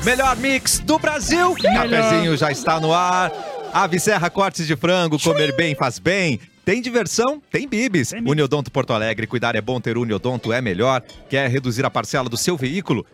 Melhor mix do Brasil. Cafezinho já está no ar. Ave Serra Cortes de Frango, comer bem faz bem. Tem diversão? Tem Bibis. Uniodonto Porto Alegre, cuidar é bom, ter Uniodonto é melhor. Quer reduzir a parcela do seu veículo?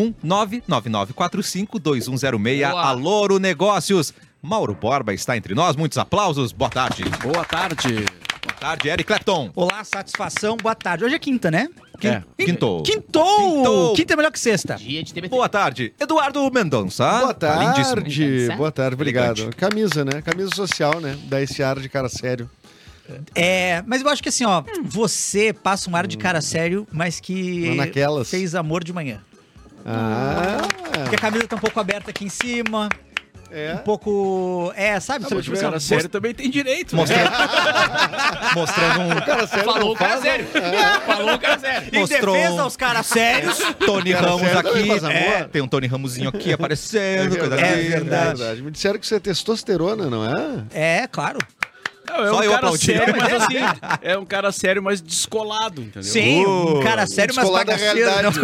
51999452106. Aloro Negócios. Mauro Borba está entre nós, muitos aplausos. Boa tarde. Boa tarde. Boa tarde, Eric Clapton. Olá, satisfação, boa tarde. Hoje é quinta, né? Quintou. Quinta é melhor que sexta. Dia de TBT. Boa tarde, Eduardo Mendonça. Boa Lindíssimo. tarde. Boa tarde, obrigado. Camisa, né? Camisa social, né? Dá esse ar de cara sério. Mas eu acho que assim, ó, você passa um ar de cara sério, mas que Naquelas. fez amor de manhã. Porque a camisa tá um pouco aberta aqui em cima. Um pouco. Sabe? Mas o cara sério também tem direito. Mostrando um... Cara sério, Falou o cara faz, sério. Falou o cara sério. Em Mostrou defesa aos caras sérios. Tony Cara Ramos sério também aqui. faz amor. Tem um Tony Ramosinho aqui aparecendo. coisa verdade, linda. é verdade. Me disseram que isso é testosterona, não é? Claro. Não, Só eu cara aplaudi. sério, mas assim, é um cara sério, mas descolado, entendeu? Sim, um cara sério, mas descolado da bagaceiro. realidade.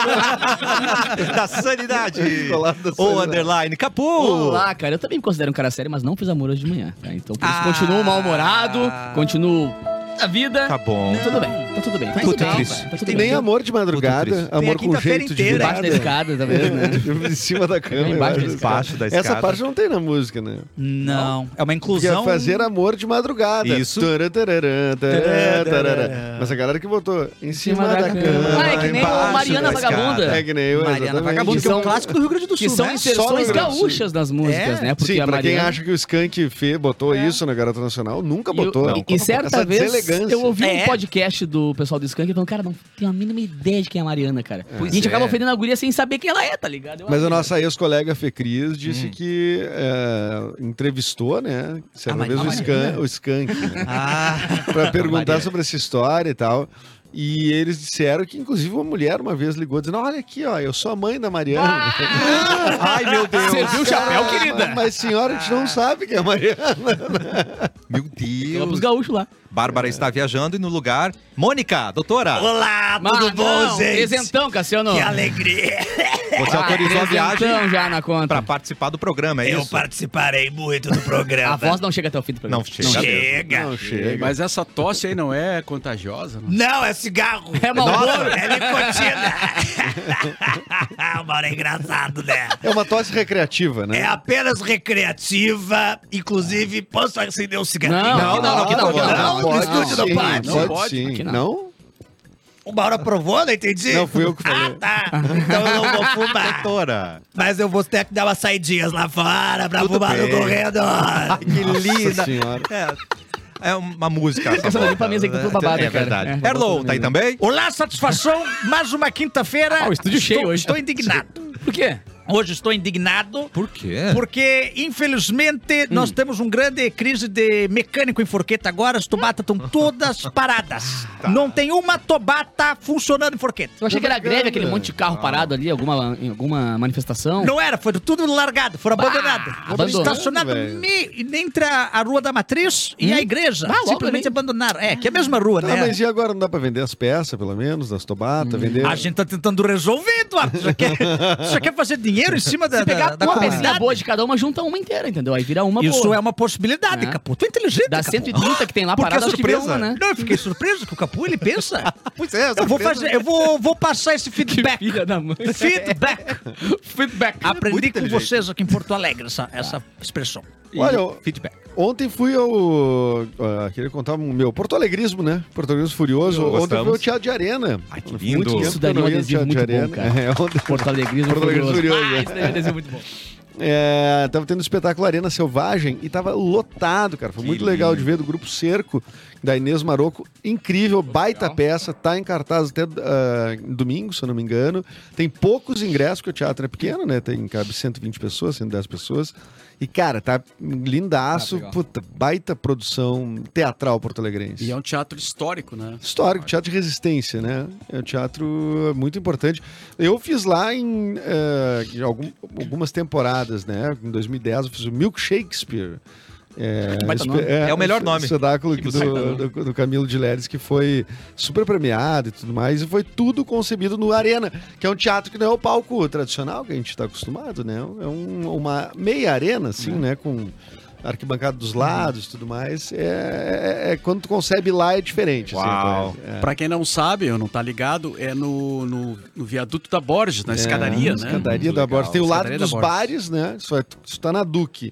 Da sanidade. Descolado da Ou sanidade. underline. Capu. Olá, cara. Eu também me considero um cara sério, mas não fiz amor hoje de manhã. Tá? Então, por isso, continuo mal-humorado, continuo na vida. Tá bom. Tudo bem, tá tudo bem. Tá Tudo tudo bem, triste. cara, tá tudo E bem. nem amor de madrugada, triste. Tem a amor com quinta-feira jeito de inteira. Debaixo da virada. escada, tá vendo, né? Em cima da cama. Embaixo da Embaixo da Essa escada. parte não tem na música, né? Não, é uma Que inclusão. é fazer amor de madrugada. Isso. Tarararã, tarararã. Mas a galera que botou em cima da cama. Ah, é que nem embaixo o Mariana da escada. Vagabunda. É que nem eu, Mariana exatamente. Vagabunda, que é um São- clássico do Rio Grande do Sul, Que são né? Só no inserções Rio Grande do Sul. gaúchas nas músicas, né? Porque Sim, a pra quem Mariana... acha que o Skank botou isso na Garota Nacional, nunca E botou. eu- E certa Essa vez deselegância. eu ouvi um É. podcast do pessoal do Skank falando, cara, não tenho a mínima ideia de quem é a Mariana, cara. Pois E a gente é. acaba ofendendo a guria sem saber quem ela é, tá ligado? Eu Mas acho a nossa ex-colega Fê Cris disse que entrevistou, né? Certa vez o Skank, né? Pra perguntar sobre essa história e tal. E eles disseram que, inclusive, uma mulher uma vez ligou dizendo: olha aqui, ó, eu sou a mãe da Mariana. Ai, meu Deus. Você viu o chapéu, querida? Mas, senhora, a gente não sabe quem é a Mariana. Meu Vamos Deus. pros gaúchos lá. Bárbara está viajando e no lugar... Mônica, doutora. Olá, tudo bom, não, gente? Presentão, Cassiano. Que alegria. Você autorizou a viagem Presentão já na conta. pra participar do programa, é Eu isso? participarei muito do programa. A voz não chega até o fim do programa. Não chega. Chega. Não chega. Mas essa tosse aí não é contagiosa? Não? Não, é cigarro. É Marlboro. É nicotina. O Mauro é engraçado, né? É uma tosse recreativa, né? É apenas recreativa. Inclusive, posso acender um cigarrinho? Não, aqui não. No estúdio não sim, pode. Pode Pode, sim. aqui não. Não? O Mauro aprovou, não entendi? Não, fui eu que falei. Tá. Então eu não vou fumar. Doutora. Mas eu vou ter que dar umas saidinhas lá fora pra Tudo fumar no bem. corredor. Que linda. Nossa senhora. É uma música. Essa daí pra mim que tá tudo babado, É cara. verdade. É. Erlon, tá aí também? Olá, satisfação. Mais uma quinta-feira. O estúdio cheio hoje. Estou indignado. Por quê? Hoje estou indignado. Por quê? Porque, infelizmente, nós temos uma grande crise de mecânico em Forqueta agora. As tobatas estão todas paradas. Não tem uma tobata funcionando em Forqueta. Eu achei que era greve, aquele monte de carro parado ali, em alguma manifestação. Não era, foi tudo largado, foram abandonados. abandonado, Estacionado velho. entre a Rua da Matriz e a igreja. logo Simplesmente ali. abandonaram. Que é a mesma rua, Tá, né? mas e agora não dá pra vender as peças, pelo menos, das tobatas, vender... A gente tá tentando resolver, Eduardo. Você quer fazer dinheiro em cima da, Se pegar da uma pecinha comunidade? boa de cada uma, junta uma inteira, entendeu? Aí vira uma Isso boa. é uma possibilidade, É. Capu. Tu é inteligente, Das Capu. 130 que tem lá Por que parada, acho que vira surpresa? uma, né? Não, eu fiquei surpreso que o Capu, ele pensa. Pois é, Eu vou passar esse feedback. Filha da mãe. Feedback. Feedback. Aprendi muito com inteligente. vocês aqui em Porto Alegre essa expressão. Olha, Feedback. ontem fui ao... queria contar o meu porto-alegrismo, né? Porto-alegrismo furioso. Ontem Gostamos. fui ao Teatro de Arena. Ai, que Muito lindo. tempo Isso que eu daria não um ia no adesivo Teatro de muito bom, Arena. cara. Ontem... Porto Alegrismo Porto-Alegrismo furioso. furioso, Isso daria um adesivo muito bom. Tava tendo o espetáculo Arena Selvagem e tava lotado, cara. Foi Que muito legal lindo. de ver, do Grupo Cerco, da Inês Maroco. Incrível, baita peça. Tá em cartaz até domingo, se eu não me engano. Tem poucos ingressos, porque o teatro é pequeno, né? Cabe 120 pessoas, 110 pessoas. E, cara, tá lindaço. legal. Puta, baita produção teatral porto-alegrense. E é um teatro histórico, né? Histórico, teatro de resistência, né? É um teatro muito importante. Eu fiz lá em algumas temporadas, né? Em 2010 eu fiz o Milk Shakespeare, É o melhor nome. Espetáculo do Camilo de Leres, que foi super premiado e tudo mais, e foi tudo concebido no Arena, que é um teatro que não é o palco tradicional que a gente está acostumado, né? É uma meia arena, assim, né? Com arquibancada dos lados e tudo mais. Quando tu concebe lá é diferente. Uau. Assim, Pra quem não sabe, ou não tá ligado, é no viaduto da Borges, na escadaria, né? Escadaria da Borges. Tem o lado Escadaria dos da Borges. bares, né? Isso tá na Duque.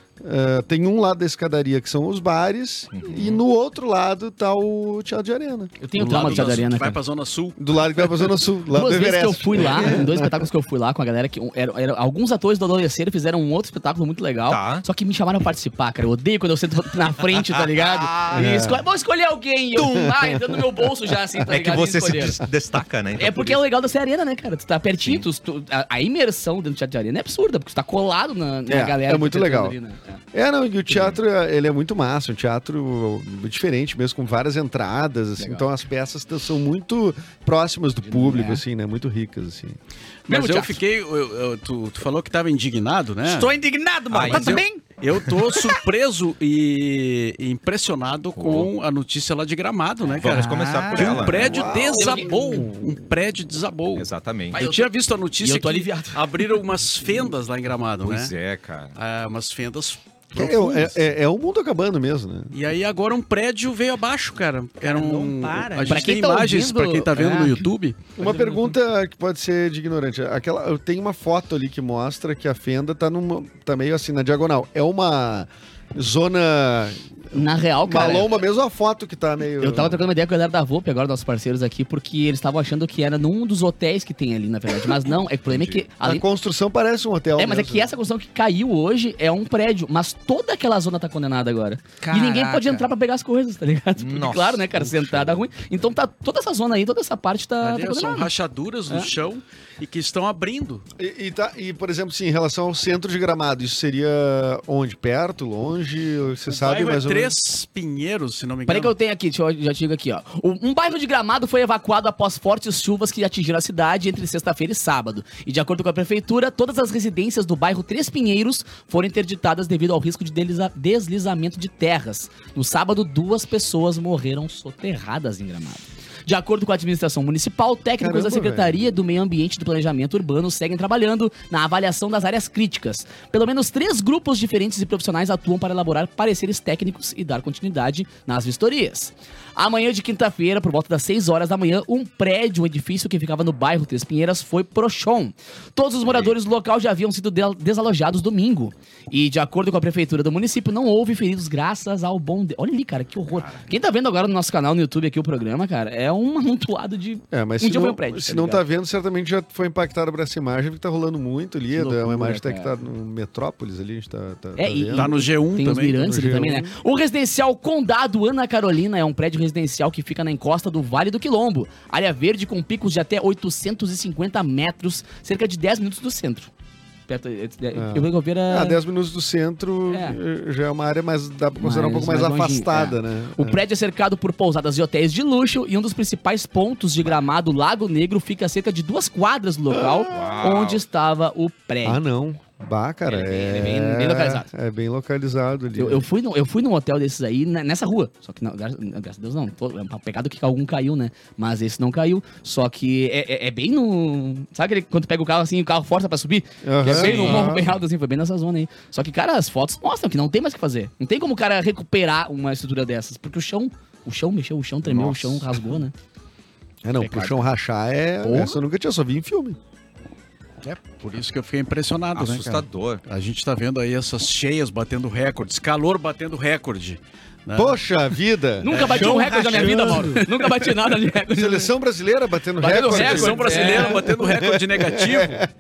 Tem um lado da escadaria que são os bares, e no outro lado tá o Teatro de Arena. Eu tenho trauma de Arena, Vai cara. pra Zona Sul. Do lado que vai pra Zona Sul, lá do Duas vezes que Everest. eu fui lá, em 2 espetáculos que eu fui lá com a galera, que alguns atores do Adolescente fizeram um outro espetáculo muito legal, Tá. só que me chamaram pra participar, cara. Eu odeio quando eu sento na frente, tá ligado? Vou escolher alguém, e eu entrando no meu bolso já, assim, tá É que ligado? você E se escolheram. destaca, né? Então, É porque é o legal da Arena, né, cara? Tu tá pertinho, a imersão dentro do Teatro de Arena é absurda, porque tu tá colado na galera. É muito que tá legal. ali, né? Não, e o teatro, ele é muito massa, um teatro diferente mesmo, com várias entradas, assim, então as peças são muito próximas do público, assim, né, muito ricas, assim. Mas Mesmo eu teatro. fiquei... tu falou que tava indignado, né? Estou indignado, mano. Mas Tá eu- bem? Eu tô surpreso e impressionado com a notícia lá de Gramado, né, cara? Vamos começar por Que ela. um prédio Uau. desabou. Um prédio desabou. Exatamente. Eu tinha visto a notícia eu tô que aliviado. abriram umas fendas lá em Gramado, Pois né? é, cara. Umas fendas profundas. É o mundo acabando mesmo, né? E aí agora um prédio veio abaixo, cara. Era não para. A gente Pra quem tem tá imagens, ouvindo, pra quem tá vendo no YouTube. Uma pergunta que pode ser de ignorante. Eu tenho uma foto ali que mostra que a fenda tá meio assim na diagonal. É uma zona Na real, cara. uma lomba mesmo, a foto que tá meio... Eu tava trocando uma ideia com a galera da VOP, agora nossos parceiros aqui, porque eles estavam achando que era num dos hotéis que tem ali, na verdade. Mas não, o problema é que... A construção parece um hotel Mas é mesmo. que essa construção que caiu hoje é um prédio, mas toda aquela zona tá condenada agora. E ninguém Caraca. pode entrar pra pegar as coisas, tá ligado? Porque, Nossa, claro, né, cara, sentada ruim. Então tá toda essa zona aí, toda essa parte tá Ali são condenada. rachaduras no chão e que estão abrindo. E, por exemplo, sim, em relação ao centro de Gramado, isso seria onde? Perto, longe? Você sabe Bairro mais é ou menos? Três Pinheiros, se não me engano. Peraí que eu tenho aqui, já te digo aqui, ó. Um bairro de Gramado foi evacuado após fortes chuvas que atingiram a cidade entre sexta-feira e sábado. E de acordo com a prefeitura, todas as residências do bairro Três Pinheiros foram interditadas devido ao risco de deslizamento de terras. No sábado, 2 pessoas morreram soterradas em Gramado. De acordo com a administração municipal, técnicos da Caramba, Secretaria do Meio Ambiente e do Planejamento Urbano seguem trabalhando na avaliação das áreas críticas. Pelo menos 3 grupos diferentes de profissionais atuam para elaborar pareceres técnicos e dar continuidade nas vistorias. Amanhã de quinta-feira, por volta das 6 horas da manhã, um edifício que ficava no bairro Três Pinheiras foi pro chão. Todos os moradores do local já haviam sido desalojados domingo. E, de acordo com a prefeitura do município, não houve feridos graças ao bom Deus. Olha ali, cara, que horror. Quem tá vendo agora no nosso canal no YouTube aqui o programa, cara, é um amontoado de... Mas um se dia não, foi um prédio. se tá não ligado? tá vendo, certamente já foi impactada por essa imagem, porque tá rolando muito ali. Que É uma loucura, imagem até que cara. tá no Metrópolis ali, a gente tá E vendo. Tá no G1 tem os também. mirantes ali no também, G1. né? O residencial Condado Ana Carolina é um prédio residencial que fica na encosta do Vale do Quilombo. Área verde com picos de até 850 metros, cerca de 10 minutos do centro. Perto, eu vou ver a... 10 minutos do centro já é uma área mais, dá pra considerar um pouco mais longinho, afastada, é. né? O prédio é cercado por pousadas e hotéis de luxo e um dos principais pontos de Gramado, Lago Negro, fica a cerca de 2 quadras do local onde estava o prédio. Não. Bah, cara, Ele é bem localizado. É bem localizado ali. Eu fui num hotel desses aí, nessa rua. Só que, não, graças a Deus, não. É uma pegada que algum caiu, né? Mas esse não caiu. Só que é bem no... Sabe quando tu pega o carro assim, o carro força pra subir? Que é bem no morro bem alto, assim. Foi bem nessa zona aí. Só que, cara, as fotos mostram que não tem mais o que fazer. Não tem como o cara recuperar uma estrutura dessas. Porque o chão mexeu, o chão tremeu, o chão rasgou, né? Pro chão rachar essa eu nunca tinha, só vi em filme. É, por isso que eu fiquei impressionado, né, cara? Assustador. A gente tá vendo aí essas cheias batendo recordes, calor batendo recorde. Né? Poxa vida! Nunca bati um recorde na minha vida, Mauro. Nunca bati nada de recorde. Seleção brasileira batendo Batendo recorde. recorde. Seleção brasileira batendo recorde negativo.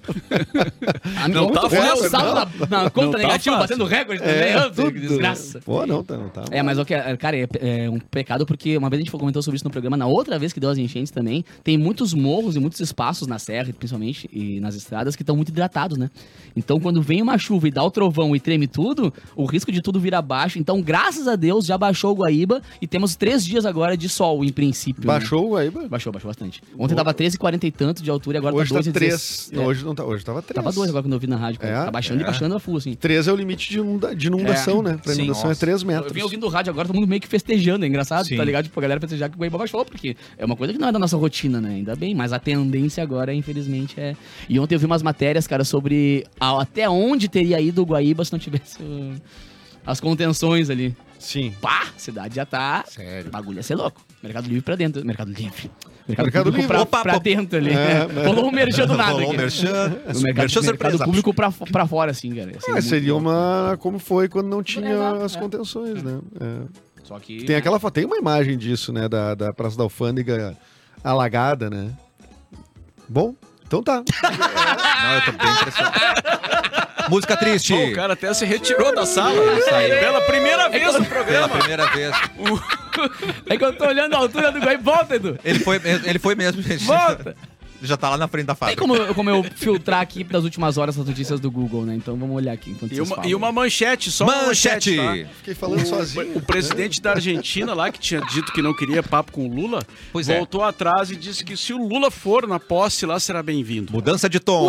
Não tá fácil, saldo na conta Não tá negativa, fácil. batendo recorde também. Tudo. Que desgraça. Pô, não tá. Mas cara, é um pecado porque uma vez a gente comentou sobre isso no programa, na outra vez que deu as enchentes também, tem muitos morros e muitos espaços na serra, principalmente, e nas estradas, que estão muito hidratados, né? Então, quando vem uma chuva e dá o trovão e treme tudo, o risco de tudo vir abaixo. Então, graças a Deus, já já baixou o Guaíba e temos 3 dias agora de sol, em princípio. Baixou o Guaíba? Baixou bastante. Ontem tava 13,40 e tanto de altura e agora Hoje tá 2,16. tá 3. Hoje não tá. Hoje tava 3. Tava 2 agora quando eu vi na rádio. Tá baixando e baixando a full, assim. 3 é o limite de inundação, né? Pra inundação é 3 metros. Eu vim ouvindo o rádio agora, todo mundo meio que festejando. É engraçado, Sim. tá ligado? Tipo, a galera festejar que o Guaíba baixou, porque é uma coisa que não é da nossa rotina, né? Ainda bem, mas a tendência agora, infelizmente, é... E ontem eu vi umas matérias, cara, sobre até onde teria ido o Guaíba se não tivesse as contenções ali. Sim. Pá, a cidade já tá... Sério. O bagulho ia ser louco. Mercado Livre pra dentro. Mercado Livre. Mercado Público Livre. pra dentro ali. Rolou um merchan do nada. Rolou um aqui. merchan. O mercado surpresa. público pra fora, assim, cara. Ia ser muito Seria louco. uma... Como foi quando não tinha Exato, as contenções, né? Só que... Tem aquela foto, tem uma imagem disso, né? Da Praça da Alfândega alagada, né? Bom, então tá. Não, eu tô bem impressionado. Música triste. Pô, o cara até se retirou da sala. Pela primeira vez no Pela programa. primeira vez. É que eu tô olhando a altura do Guaíba. Volta, Edu! Ele foi mesmo, gente. Volta! Já tá lá na frente da Tem fábrica. como eu filtrar aqui das últimas horas as notícias do Google, né? Então vamos olhar aqui enquanto vocês falam. E uma manchete, só uma Manchete! manchete, tá? Fiquei falando sozinho. O presidente da Argentina lá, que tinha dito que não queria papo com o Lula, Pois é. voltou atrás e disse que se o Lula for na posse lá, será bem-vindo. Mudança de tom.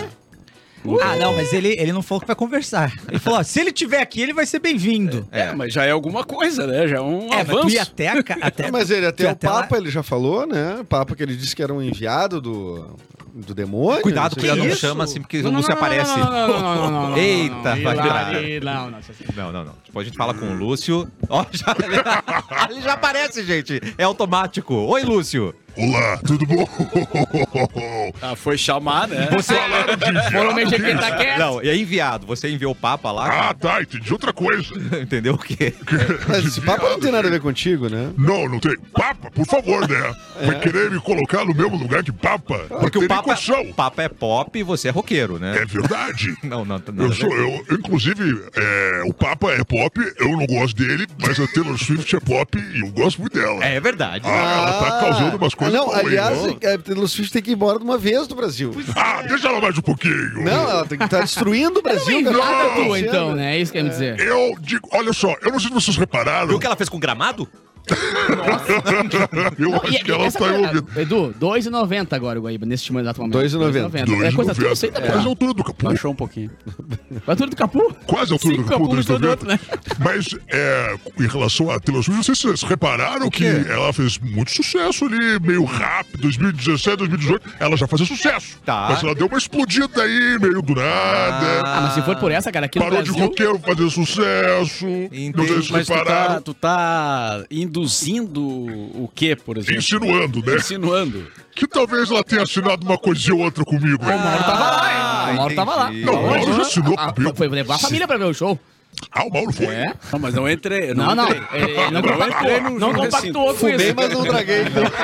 Ah, não, mas ele não falou que vai conversar. Ele falou, ó, se ele tiver aqui, ele vai ser bem-vindo. Mas já é alguma coisa, né? Já é um Mas tu avanço. ia até Mas ele até tu ia o até lá- Papa, ele já falou, né? O Papa que ele disse que era um enviado do demônio. Cuidado, não sei cuidado, não isso? chama assim, porque o Lúcio aparece. Não. Eita, vai virar. Não. Não. Depois a gente fala com o Lúcio. Ó, ele já aparece, gente. É automático. Oi, Lúcio. Olá, tudo bom? Ah, foi chamar, né? Você... Foram mexer quem tá quieto. Não, é enviado. Você enviou o Papa lá. Ah, tá, entendi outra coisa. Entendeu o quê? Mas esse Papa não tem nada a ver contigo, né? Não tem. Papa, por favor, né? Vai querer me colocar no mesmo lugar que Papa? Porque Tem o Papa, condição. o Papa é pop e você é roqueiro, né? É verdade. Não. Inclusive, o Papa é pop, eu não gosto dele, mas a Taylor Swift é pop e eu gosto muito dela. É verdade. Ela tá causando umas coisas. Não, boas aí, aliás, ó. a Taylor Swift tem que ir embora de uma vez do Brasil. Deixa ela mais um pouquinho. Não, ela tem que estar destruindo o Brasil. cara. Nada tu, Não, então, né? É isso que quer me dizer. Eu digo, olha só, eu não sei se vocês repararam. Viu o que ela fez com gramado? Eu acho que ela essa tá coisa- envolvida. Edu, 2,90 agora o Guaíba, neste exato momento. 2,90. É coisa tua, eu sei também. Quase a altura do Capu. Baixou um pouquinho. A altura do Capu? Quase a altura do Cinco Capu, Capu, um do outro, 2,90. né? Mas, em relação à Taylor Swift, não sei se vocês repararam que ela fez muito sucesso ali, meio rápido, 2017, 2018, ela já fazia sucesso. Tá. Mas ela deu uma explodida aí, meio do nada. Ah, mas se for por essa, cara, aqui no Parou de Brasil... roqueiro fazer sucesso. Entendi. Não sei se Mas repararam. tu tá induzindo o quê, por exemplo? Insinuando, né? Insinuando. Que talvez ela tenha assinado uma coisinha ou outra comigo. O Mauro tava lá, hein? O Mauro tava lá. entendi. Não, o Mauro já assinou comigo. Foi levar a família pra ver o show. Ah, o Mauro foi? É? Não, mas não entrei. Não. entrei. Ele não Eu entrei compactuou. no Não recinto. compactuou com Fumei, isso. mas não traguei.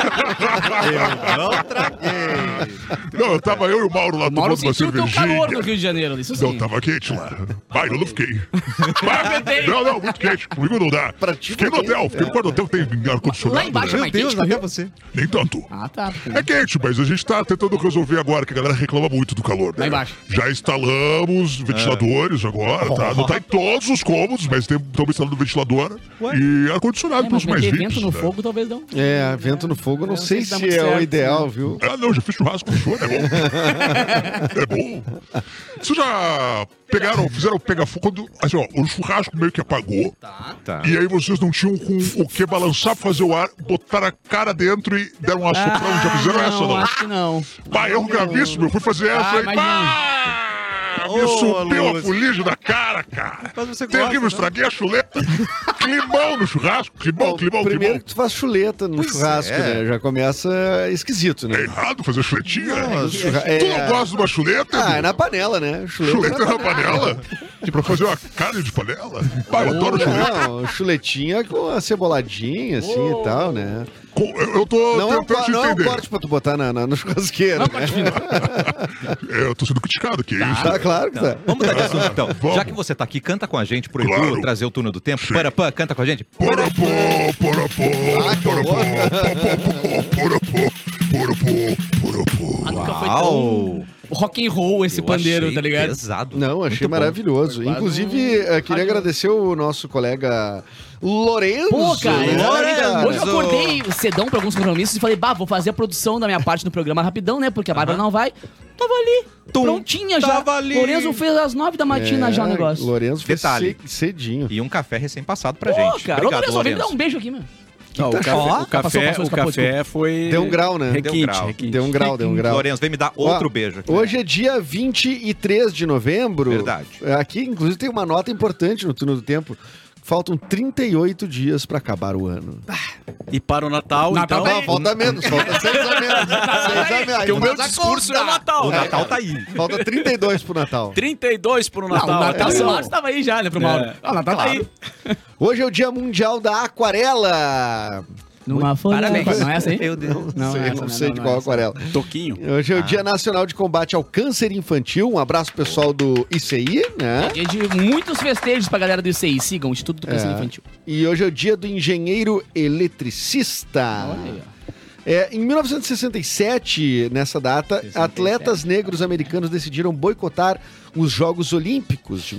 Não traguei. Não, eu tava eu e o Mauro lá O Mauro tomando uma sentiu o teu cervejinha. calor no Rio de Janeiro, isso sim. Não, tava quente lá. Vai, eu não fiquei. Não, muito quente. Comigo não dá. Pra ti Fiquei no foi hotel, fiquei no quarto do hotel, tem ar-condicionado. Lá embaixo é né? mais quente que o Rio. você. Nem tanto. Ah, tá. É quente, mas a gente tá tentando resolver agora, que a galera reclama muito do calor, né? Lá embaixo. Já instalamos ventiladores agora, tá? Não tá em todos os cômodos, mas estamos instalando ventilador e ar-condicionado É, pros mas mais meter VIPs. vento no né? fogo talvez não. É, vento no fogo, eu não sei se dá se muito é o certo, ideal, né? viu? Ah, não, já fiz churrasco com o senhor, é bom. É bom. Vocês já fizeram pegar fogo quando, assim, ó, o churrasco meio que apagou. Tá. E aí vocês não tinham com o que balançar pra fazer o ar, botaram a cara dentro e deram uma soprão. Já fizeram essa, não? Acho que não. Pá, erro gravíssimo. Eu fui fazer essa Ah, aí. imagina. Pá! Me Ô, subiu a Lúcio. fuligem na cara, cara. Mas você Terrível, gosta, estraguei a chuleta. Climão no churrasco. Climão. Primeiro que tu faz chuleta no churrasco, é. né? Já começa esquisito, É né? errado fazer chuletinha? é- Tu não gosta de uma chuleta? Ah, Edu? é na panela, né? Chuleta na panela? Pra fazer uma carne de panela? Pai, eu adoro chuleta. Não, chuletinha com a ceboladinha, assim e tal, né? Eu tô Não é, tentando te não é um entender. corte pra tu botar no churrasqueiro, né? Eu tô sendo criticado aqui, é isso? Tá claro que tá. Vamos mudar de assunto, então. Vamos. Já que você tá aqui, canta com a gente pro Edu Claro. trazer o túnel do tempo. Sim. Parapã, canta com a gente. Porapô, porapô, porapô, porapô, porapô, porapô, porapô. Ah, nunca foi Uau. tão rock and roll esse pandeiro, achei tá ligado? pesado. Não, achei Muito bom. maravilhoso. Foi quase Inclusive, queria agradecer o nosso colega Lourenço. Pô, cara, né, hoje eu acordei cedão pra alguns compromissos e falei, vou fazer a produção da minha parte do programa rapidão, né? Porque a Bárbara não vai. Tava ali, prontinha já. Tava ali. Lourenço fez às 9 da matina já o negócio. Lourenço fez Detalhe. cedinho. E um café recém-passado pra Pô, gente. cara, ô, Obrigado, Lourenço, vem me dar Lourenço. um beijo aqui, meu. Não, o café foi... Deu um grau, né? Deu um grau. Deu um grau, deu um grau. Lourenço, vem me dar outro beijo aqui. Hoje é dia 23 de novembro. Verdade. Aqui, inclusive, tem uma nota importante no Túnel do Tempo. Faltam 38 dias pra acabar o ano. E para o Natal, Natal então... Não, falta menos, falta 6 a menos. 6 a menos. Porque o meu discurso é Natal, O né? Natal tá aí. Falta 32 pro Natal. 32 pro Não, Natal. o Natal então. o Márcio tava aí já, né, pro Mauro. É. Ah, o Natal tá aí. Hoje é o Dia Mundial da Aquarela. Numa folha. Parabéns. Não é essa aí? Meu Deus. Não sei, essa, não sei de qual é essa. aquarela. Toquinho. Hoje é o Dia Nacional de Combate ao Câncer Infantil. Um abraço pro pessoal do ICI, né? Dia de muitos festejos pra galera do ICI. Sigam o Instituto do Câncer Infantil. E hoje é o Dia do Engenheiro Eletricista. Olha aí, Em 1967, nessa data, 67. atletas negros americanos decidiram boicotar os Jogos Olímpicos de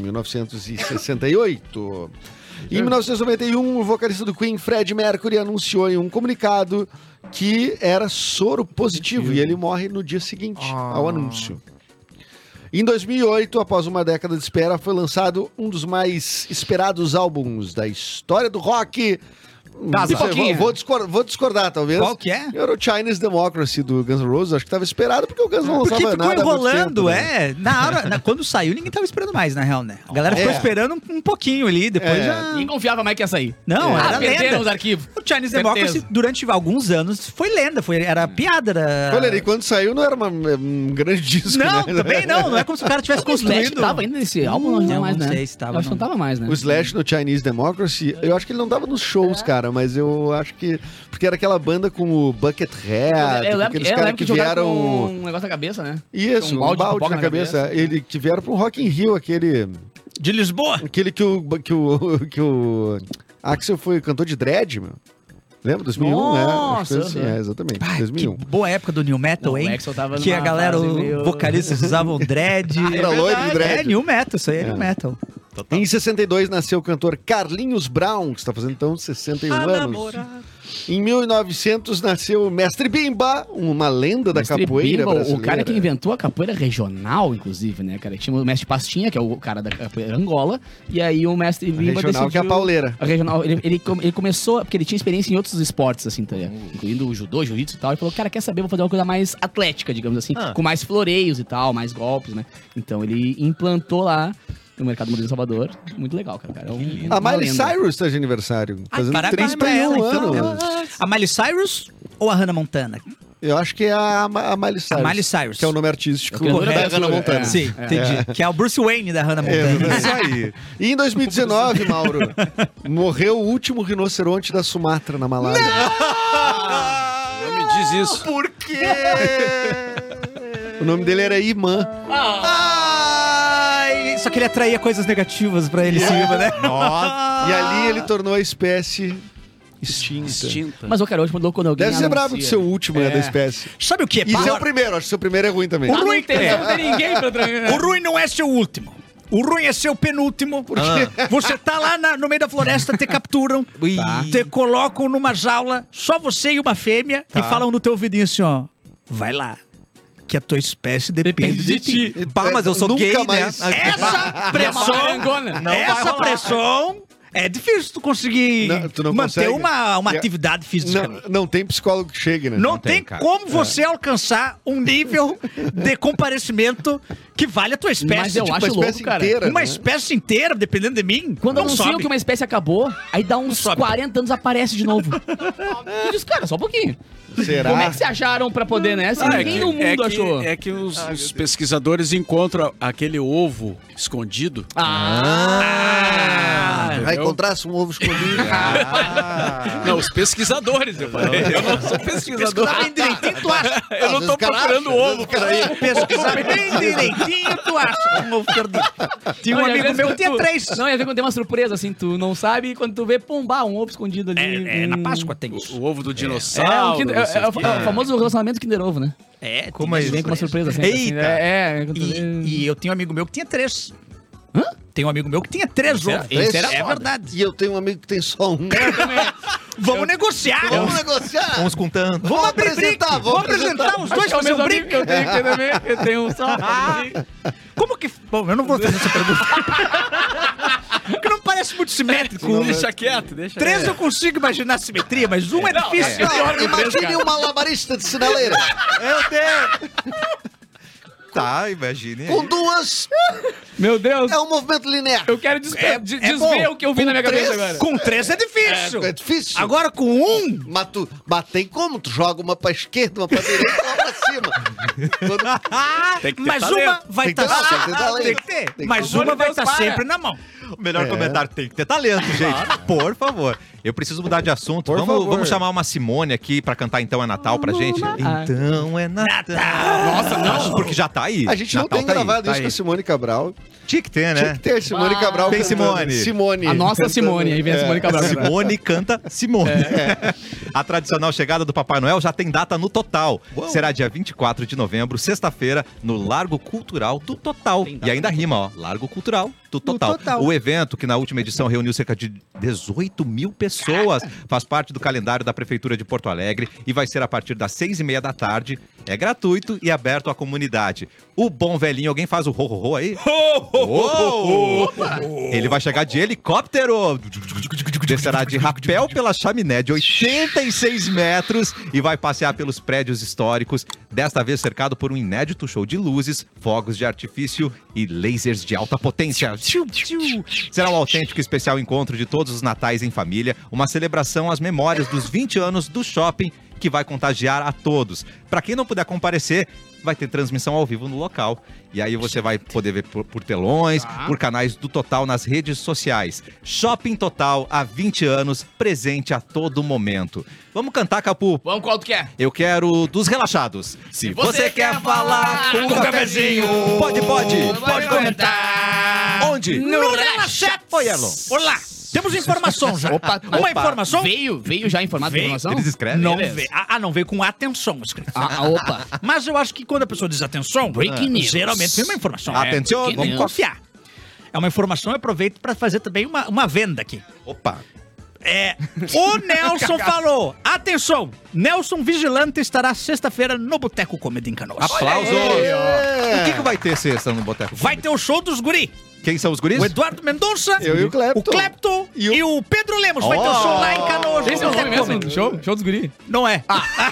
1968. Em 1991, o vocalista do Queen, Freddie Mercury, anunciou em um comunicado que era soro positivo e ele morre no dia seguinte ao anúncio. Em 2008, após uma década de espera, foi lançado um dos mais esperados álbuns da história do rock. Das Não sei, Pipoquinha. vou discordar, talvez. Qual que é? Era o Chinese Democracy do Guns N' Roses. Acho que estava esperado porque o Guns não Porque lançava ficou nada há muito enrolando, tempo, né? quando saiu, ninguém tava esperando mais, na real, né? A galera ficou É. esperando um pouquinho ali, depois já... Ninguém confiava mais que ia sair. Não, era perderam lenda. os arquivos. O Chinese Certeza. Democracy, durante alguns anos, foi lenda, era piada, era... Olha, e quando saiu não era um grande disco, Não, né? também não é como se o cara tivesse O Slash construído... tava ainda nesse álbum, não, Não mais, né? sei se tava, Eu acho que não tava mais, né? O Slash no Chinese Democracy, eu acho que ele não tava nos shows, cara, mas eu acho que... Porque era aquela banda com o Buckethead, Eu lembro aqueles eu caras lembro que que jogaram vieram... com um negócio na cabeça, né? Isso, um um balde de balde pipoca na na cabeça. cabeça. Ele que vieram pro Rock in Rio, aquele De Lisboa. que o Axel foi cantor de dread, meu. Lembra? 2001, né? Acho que foi assim, Nossa, exatamente. Que 2001. boa época do New Metal, Não, o hein? Axl tava Que a numa galera, fase os meio- vocalistas usavam dread. Era loiro de dread. É, New Metal, isso aí é New Metal. Em 62 nasceu o cantor Carlinhos Brown, que está fazendo então 61 anos. Em 1900 nasceu o Mestre Bimba, uma lenda da Mestre capoeira Bimba, brasileira. o cara que inventou a capoeira regional, inclusive, né, cara? Tinha o Mestre Pastinha, que é o cara da capoeira Angola, e aí o Mestre Bimba regional, que é a pauleira. A regional, ele começou, porque ele tinha experiência em outros esportes, assim, tá ligado? Incluindo o judô, jiu-jitsu e tal, e falou, cara, quer saber, vou fazer uma coisa mais atlética, digamos assim, com mais floreios e tal, mais golpes, né? Então ele implantou lá no Mercado Modelo de Salvador. Muito legal, cara. É A uma Miley lenda. Cyrus está de aniversário. Fazendo Parabéns pra 31 ela, então. anos. A Miley Cyrus ou a Hannah Montana? Eu acho que é a Miley Cyrus. A Miley Cyrus. Que é o nome artístico criadora da da Hannah Montana. É. Sim, entendi. Que é o Bruce Wayne da Hannah Montana. Isso aí. E em 2019, Mauro, morreu o último rinoceronte da Sumatra, na Malásia. Não me diz isso. Por quê? O nome dele era Imã. Ai, só que ele atraía coisas negativas pra ele em cima, né? Nossa. E ali ele tornou a espécie extinta. Extinta. Mas, ô, cara, hoje mudou quando alguém Deve ser brabo de anuncia. ser o último né, da espécie. Sabe o que é E seu pior? primeiro, acho que seu primeiro é ruim também. Ah, não tem ninguém pra trazer. O ruim não é seu último. O ruim é seu penúltimo, porque você tá lá no meio da floresta, te capturam, te colocam numa jaula, só você e uma fêmea, e falam no teu ouvidinho assim, ó, vai lá, que a tua espécie depende de ti. Pá, mas eu sou Nunca gay, mais. né? Essa pressão, essa pressão, é difícil tu conseguir Não, tu não manter consegue. uma É. atividade física. Não tem psicólogo que chegue, né? Não tem cara. como você alcançar um nível de comparecimento que vale a tua espécie. Mas eu tipo, acho uma louco, espécie cara. inteira. uma né? espécie inteira, dependendo de mim, Quando não anunciam sobe. que uma espécie acabou, aí dá uns sobe. 40 anos aparece de novo. E diz, cara, só um pouquinho. Será? Como é que se acharam pra poder, né? Se ninguém no mundo achou. É que os pesquisadores encontram aquele ovo escondido. Vai encontrar-se um ovo escondido. Não, os pesquisadores, eu falei. Eu não sou pesquisador. Pesquisar bem direitinho, tu acha. Eu não tô procurando ovo por aí. Pesquisar bem direitinho, tu acha. Um ovo perdido. Tinha um Não, e às amigo vezes meu quando que tinha tu- 3. Não, e às vezes quando tem uma surpresa, assim, tu não sabe, e quando tu vê, pumba, um ovo escondido ali. Na Páscoa tem isso. O ovo do É, dinossauro. o não sei o quê. famoso relacionamento Kinder Ovo, né? É, Como é isso? Vem com uma surpresa sempre. assim, Eita! né? E eu tenho um amigo meu que tinha 3. Hã? Tem um amigo meu que tinha 3 ovos. Esse É foda. verdade. E eu tenho um amigo que tem só um. Vamos negociar. Vamos negociar. Uns com tanto. Vamos apresentar. Vamos apresentar os dois fazer um brinco. que eu tenho que ter também. Eu tenho um só. Como que... Bom, eu não vou fazer essa pergunta. Porque não parece muito simétrico. Deixa quieto, deixa 3 eu consigo imaginar a simetria, mas um é difícil. Não, imagine um malabarista de sinaleira. Meu Deus! Tá, imagine. Com 2, Meu Deus. é um movimento linear. Eu quero desver bom. o que eu vi na minha cabeça agora. Com 3 é difícil. É difícil. Agora com 1... Mas tu tem como? Tu joga uma pra esquerda, uma pra direita e uma pra cima. Quando... Tem que ter Mas talento. uma vai Tem que estar... ter talento, tem que ter talento. Tem que ter. Tem que Mas ter. uma vai Deus, estar para. sempre na mão. O melhor comentário, tem que ter talento, gente. Por favor. Eu preciso mudar de assunto. Por favor. Vamos chamar uma Simone aqui pra cantar Então é Natal pra gente? Então é Natal. Nossa, não. Porque já tá aí. A gente não Natal tem tá aí, gravado tá isso com a aí. Simone Cabral. Tinha que ter, Tinha né? que ter a Simone Cabral Tem cantando. Simone. Simone. A nossa cantando. Simone, aí vem a Simone Cabral. Simone canta Simone. A tradicional chegada do Papai Noel já tem data no Total. Será dia 24 de novembro, sexta-feira, no Largo Cultural do Total. E ainda rima, ó. Largo Cultural do Total. Total. O evento, que na última edição reuniu cerca de 18 mil pessoas, faz parte do calendário da Prefeitura de Porto Alegre e vai ser a partir das 6h30 da tarde. É gratuito e aberto à comunidade. O bom velhinho, alguém faz o ho-ho-ho aí? Ho-ho-ho! Ele vai chegar de helicóptero, descerá de rapel pela chaminé de 86 metros e vai passear pelos prédios históricos, desta vez cercado por um inédito show de luzes, fogos de artifício e lasers de alta potência. Será um autêntico e especial encontro de todos os natais em família, uma celebração às memórias dos 20 anos do shopping que vai contagiar a todos. Para quem não puder comparecer, vai ter transmissão ao vivo no local. E aí você vai poder ver por telões, por canais do Total nas redes sociais. Shopping Total, há 20 anos, presente a todo momento. Vamos cantar, Capu? Vamos, qual tu quer? Eu quero dos relaxados. Se você quer falar com o cafezinho, pode comentar. Onde? No Relaxete. Oi, Elon. Olá. Temos informação já. Opa. Uma informação? Veio já informado da Veio. informação? Eles escrevem? Não Beleza. veio. Não veio com atenção escrito. Opa. Mas eu acho que quando a pessoa diz atenção, Breaking news. geralmente vem uma informação. Atenção. breaking Vamos news. confiar. É uma informação, eu aproveito para fazer também uma venda aqui. Opa. O Nelson falou, atenção, Nelson Vigilante estará sexta-feira no Boteco Comedy em Canoas. Aplausos. O que vai ter sexta no Boteco? Vai ter o show dos guri. Quem são os guris? O Eduardo Mendonça, Eu e o Clepton. o Clepton e o Pedro Lemos. Vai ter o show lá em Canoas. Esse é no o nome Boteco mesmo? Comedy. Show dos guri? Não é.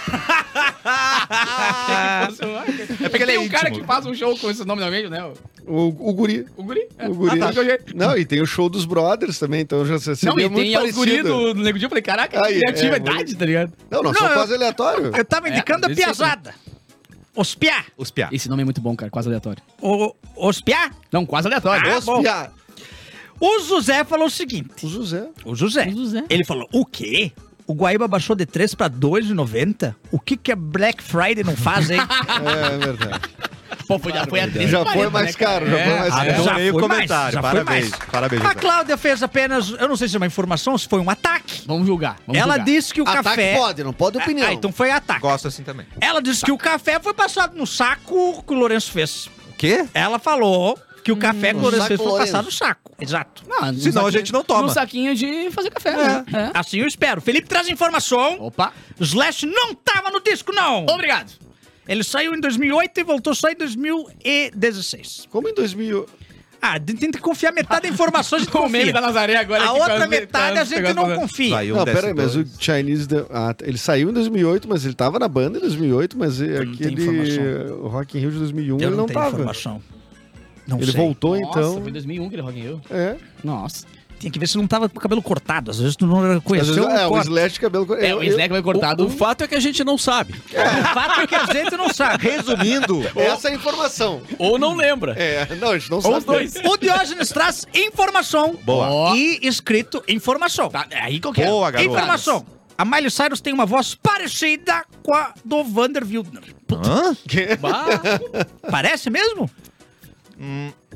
É porque tem um cara que faz um show com esse nome no meio, né? O guri. O guri? É. O guri. Ah, tá. Não, e tem o show dos brothers também, então já seria Não, e muito tem os guri parecido. do Nego Di. Eu falei, caraca, Aí, que criatividade, tá ligado? Não, Não, só eu- quase aleatório. Eu tava indicando a desse jeito. piazada. Os piá. Os piá. Esse nome é muito bom, cara, quase aleatório. Os piá. Não, quase aleatório. Os bom. piá. O José falou o seguinte. O José. O José. O José. Ele falou, o quê? O Guaíba baixou de 3 para 2,90? O que a Black Friday não faz, hein? É verdade. Pô, foi a 13, Já foi mais caro, já foi mais caro. Adorei o foi mais, comentário. já foi Parabéns. mais. Parabéns, A José. Cláudia fez apenas, eu não sei se é uma informação, se foi um ataque. Vamos julgar. Ela disse que o Ataque café... pode, não pode opinião. então foi ataque. Gosto assim também. Ela disse que o café foi passado no saco que o Lourenço fez. O quê? Ela falou que o café que o Lourenço saco fez foi Lourenço. passado no saco. Exato. Não, Senão a gente não toma. No saquinho de fazer café, né? É. Assim eu espero. Felipe traz informação. Opa. Slash não tava no disco, não. Obrigado. Ele saiu em 2008 e voltou só em 2016. Como em 2000... Tem que confiar metade da informação, a gente O meme confia. da Nazaré agora. A aqui, outra quase metade a gente pegando não pra- confia. Saiu Não, um peraí, mas o DS2. Chinese... ele saiu em 2008, mas ele tava na banda em 2008, mas não tenho aquele... informação. O Rock in Rio de 2001, Eu ele não tenho tava. informação. Não Ele sei. voltou, Nossa, então... foi em 2001 que ele Rock in Rio. É. Nossa. Tinha que ver se não tava com o cabelo cortado. Às vezes tu não Às reconheceu vezes, o o corte. Slash de cabelo... O Slack vai cortado. O fato é que a gente não sabe. O fato é que a gente não sabe. Resumindo, Essa é a informação. Ou não lembra. É, não, a gente não Ou sabe. os dois. O Diógenes traz informação. Boa. E escrito informação. Tá, é aí que eu quero. Boa, garoto. Informação. A Miley Cyrus tem uma voz parecida com a do Vander Wildner. hã? Bah, Parece mesmo?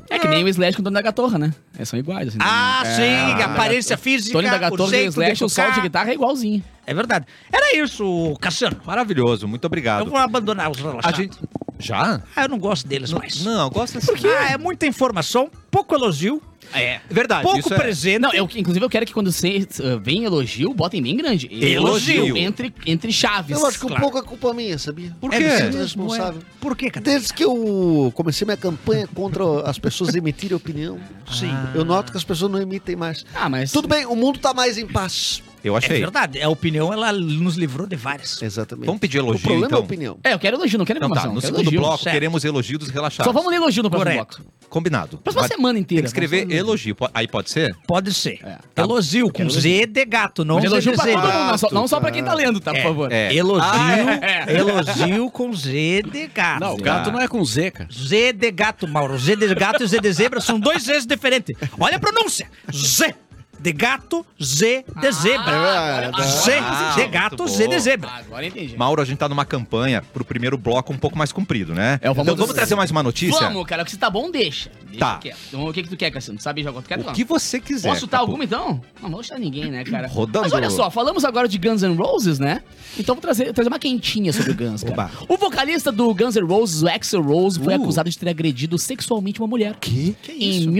É que nem o Slash com o Tony da Gatorra, né? São iguais, assim. Sim, aparência física, Tony da Gatorra e o Slash, o sol de guitarra é igualzinho. É verdade. Era isso, Cassiano. Maravilhoso, muito obrigado. Eu vou abandonar os A relaxados. gente... Já? Eu não gosto deles mais. Não, gosta assim. Porque é muita informação, pouco elogio, Verdade, pouco isso presente. Não, inclusive eu quero que quando você vem elogio, botem bem grande. Elogio. Entre chaves. Eu acho que um Claro. pouco é culpa minha, sabia? Por É, quê? me sinto Mesmo, responsável. Por quê, cara? Desde que eu comecei minha campanha contra as pessoas emitirem opinião, Sim. eu noto que as pessoas não emitem mais. Ah, mas... Tudo bem, o mundo tá mais em paz. Eu É achei. verdade. A opinião, ela nos livrou de várias. Exatamente. Vamos pedir O elogio, problema é a então. opinião. eu quero elogio, não quero Então tá, informação. no quero segundo elogio. bloco certo. queremos elogio dos relaxados. Só vamos ler elogio no próximo Correto. bloco. Combinado. Próxima Vai- semana inteira. Tem que escrever Vamos fazer- elogio. Aí pode ser? Pode ser. Tá. Elogio com Z de gato, não Mas Z elogio de pra todo zebra. mundo, não só pra quem tá lendo, tá, por favor. É. Elogio, elogio com Z de gato. Não, o gato não é com Z, cara. Z de gato, Mauro. Z de gato e Z de zebra são dois Zs diferentes. Olha a pronúncia. Z de gato, Z de zebra. Z de gato, muito Z de bom. zebra. Agora eu entendi. Mauro, a gente tá numa campanha pro primeiro bloco um pouco mais comprido, né? É o famoso- Então vamos trazer mais uma notícia? Vamos, cara. O que você tá bom, deixa. Deixa Tá. quieto. Então, o que tu quer, Cassiano? Tu sabe já quanto tu quer? O que você quiser. Posso chutar Capu. alguma, então? Não vou chutar ninguém, né, cara? Rodando. Mas olha só, falamos agora de Guns N' Roses, né? Então vou trazer uma quentinha sobre o Guns, cara. Oba. O vocalista do Guns N' Roses, o Axl Rose, foi acusado de ter agredido sexualmente uma mulher. Que? Em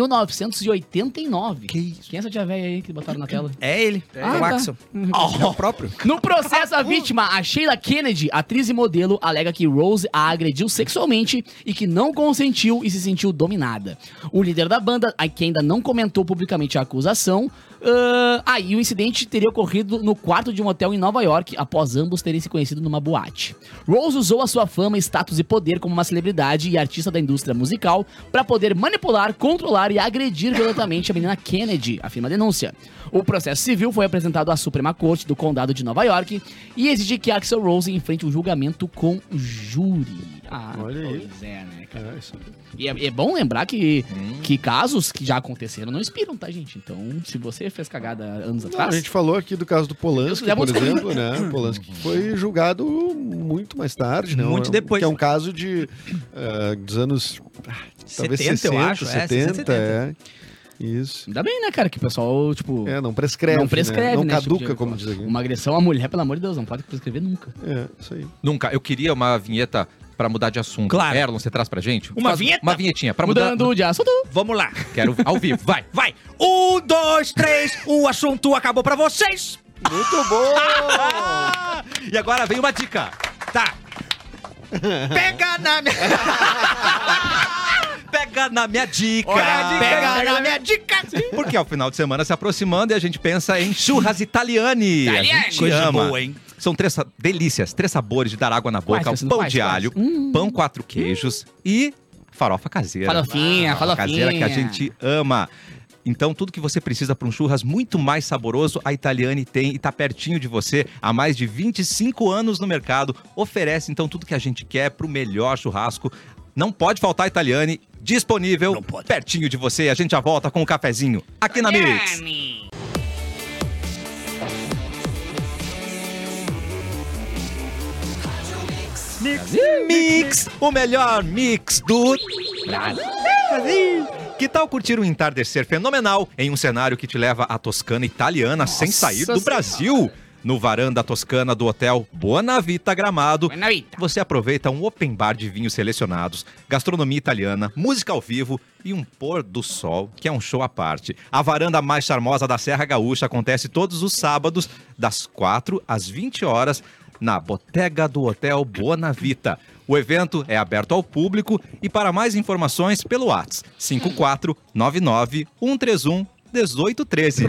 1989. Que isso? Quem é essa tia velha aí que botaram na tela? É ele. Ah, o tá. Axel. É o próprio. No processo, a vítima, a Sheila Kennedy, atriz e modelo, alega que Rose a agrediu sexualmente e que não consentiu e se sentiu dominada. O líder da banda, que ainda não comentou publicamente a acusação, e o incidente teria ocorrido no quarto de um hotel em Nova York, após ambos terem se conhecido numa boate. Rose usou a sua fama, status e poder como uma celebridade e artista da indústria musical para poder manipular, controlar e agredir violentamente a menina Kennedy, afirma a denúncia. O processo civil foi apresentado à Suprema Corte do Condado de Nova York e exige que Axl Rose enfrente um julgamento com júri. Olha aí. Pois é, né, cara? E é bom lembrar que casos que já aconteceram não inspiram, tá, gente? Então, se você fez cagada anos Não, atrás... a gente falou aqui do caso do Polanski, Leva por uns- exemplo, né? O Polanski foi julgado muito mais tarde, né? Muito depois. Que é um caso dos anos... talvez 70, 60, eu acho, 70, é. Isso. Ainda bem, né, cara? Que o pessoal, tipo... Não prescreve, não prescreve, né? Não né? caduca, tipo de- como diz aqui. Uma agressão à mulher, pelo amor de Deus, não pode prescrever nunca. Isso aí. Nunca. Eu queria uma vinheta pra mudar de assunto. Claro. Erlon, você traz pra gente? Uma Faz vinheta? Uma vinhetinha. Pra mudar... Mudando de assunto. Vamos lá. Quero ao vivo. Vai. Vai. 1, 2, 3. O assunto acabou pra vocês. Muito bom! E agora vem uma dica. Tá. Pega na minha... Pega na minha dica. Pega na minha dica. Porque é o final de semana se aproximando e a gente pensa em churras italiane. A gente Coisa ama. boa, hein? São delícias, três sabores de dar água na boca. Quais, Pão quais, de quais? alho, pão 4 queijos e farofa caseira. Farofinha, Caseira que a farofinha. gente ama. Então, tudo que você precisa para um churras muito mais saboroso, a Italiane tem e está pertinho de você. Há mais de 25 anos no mercado. Oferece, então, tudo que a gente quer para o melhor churrasco. Não pode faltar a Italiane, disponível, pertinho de você. A gente já volta com o cafezinho aqui na Mix. Mix, o melhor mix do Brasil. Que tal curtir um entardecer fenomenal em um cenário que te leva à Toscana italiana sem sair do Brasil? No varanda toscana do Hotel Buonavita Gramado, você aproveita um open bar de vinhos selecionados, gastronomia italiana, música ao vivo e um pôr do sol, que é um show à parte. A varanda mais charmosa da Serra Gaúcha acontece todos os sábados, das 4 às 20 horas, na Bottega do Hotel Buonavita. O evento é aberto ao público e para mais informações pelo WhatsApp 5499-131-1813.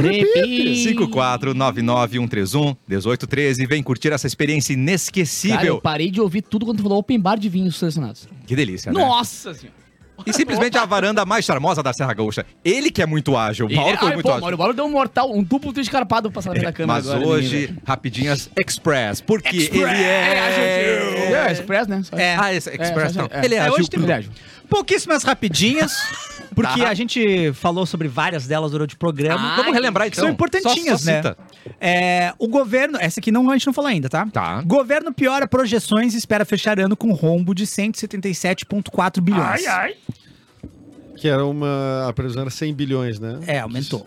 5499-131-1813. Vem curtir essa experiência Cara, eu inesquecível. parei de ouvir tudo quando tu falou open bar de vinhos selecionados. Que delícia, né? Nossa senhora. E simplesmente a varanda mais charmosa da Serra Gaúcha. Ele que é muito ágil. O Mauro foi muito ágil. O Mauro deu um mortal, um duplo twist carpado pra passar na frente da câmera Mas agora. hoje, rapidinhas Express. Porque ele É, Express, né? Só- Express não. é. Ele é ágil. hoje tem- Ele é ágil. Pouquíssimas rapidinhas, porque Tá. a gente falou sobre várias delas durante o programa. Vamos relembrar então. São importantinhas, Só né? cita. O governo, essa aqui não, a gente não falou ainda, tá? Tá. Governo piora projeções e espera fechar ano com rombo de 177,4 bilhões. Que era a previsão era 100 bilhões, né? Aumentou.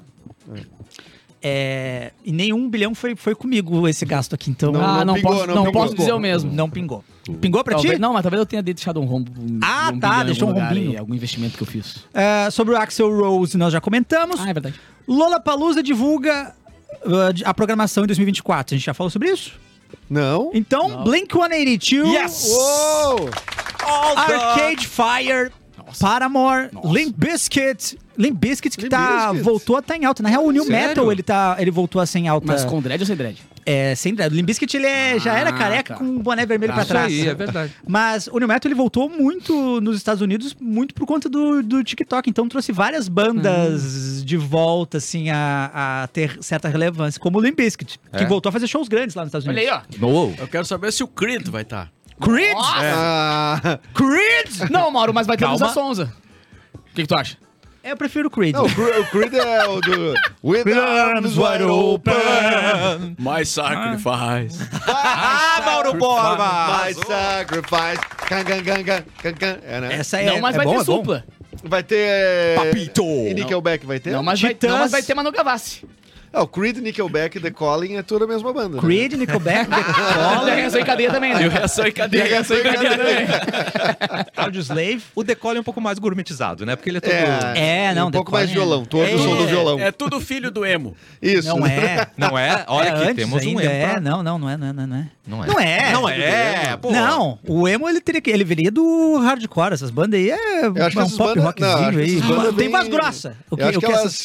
E nenhum bilhão foi comigo esse gasto aqui, então... Não posso dizer o mesmo. Não pingou. Pingou pra ti? Não, mas talvez eu tenha deixado um rombo. Deixou um rombinho. Algum investimento que eu fiz. Sobre o Axl Rose, nós já comentamos. É verdade. Lollapalooza divulga a programação em 2024. A gente já falou sobre isso? Não. Então, Blink-182. Yes! Uou! Arcade Fire. Paramore, Limp Bizkit. Limp Bizkit que voltou a estar em alta. Na real, o New Metal, ele voltou a ser em alta. Mas com dread ou sem dread? Sem dread. O Limp Bizkit, já era careca com um boné vermelho pra trás. Isso aí, é verdade. Mas o New Metal, ele voltou muito nos Estados Unidos, muito por conta do TikTok. Então, trouxe várias bandas de volta, assim, a ter certa relevância. Como o Limp Bizkit, que voltou a fazer shows grandes lá nos Estados Unidos. Olha aí, ó. Eu quero saber se o Creed vai estar. Creed? Creed? Não, Mauro, mas vai ter Lusa Sonza. O que tu acha? Eu prefiro o Creed. Não, o Creed é o do... With arms wide open. My sacrifice. Mauro Borba! My sacrifice. Can. Né? Essa Não, mas vai ter supla. Vai ter... Papito! E Nickelback vai ter? Não, mas vai ter Manu Gavassi. O Creed, Nickelback e The Calling é tudo a mesma banda. Creed, Nickelback, The Calling. Tem reação em cadeia também, né? E o Reação em Cadeia. também. Audioslave. O Decolle é um pouco mais gourmetizado, né? Porque ele é todo... Não, um pouco mais violão. Todo o som do violão. É tudo filho do emo. Isso. Não é. Não é? Olha aqui, antes temos um ainda emo. Não é. Não é. Não é. Não é. Pô. Não, o emo ele viria do hardcore. Essas bandas aí Eu acho que um essas pop bandas- rockzinho não, acho que aí. essas bandas Tem bem- voz grossa. Eu acho que elas...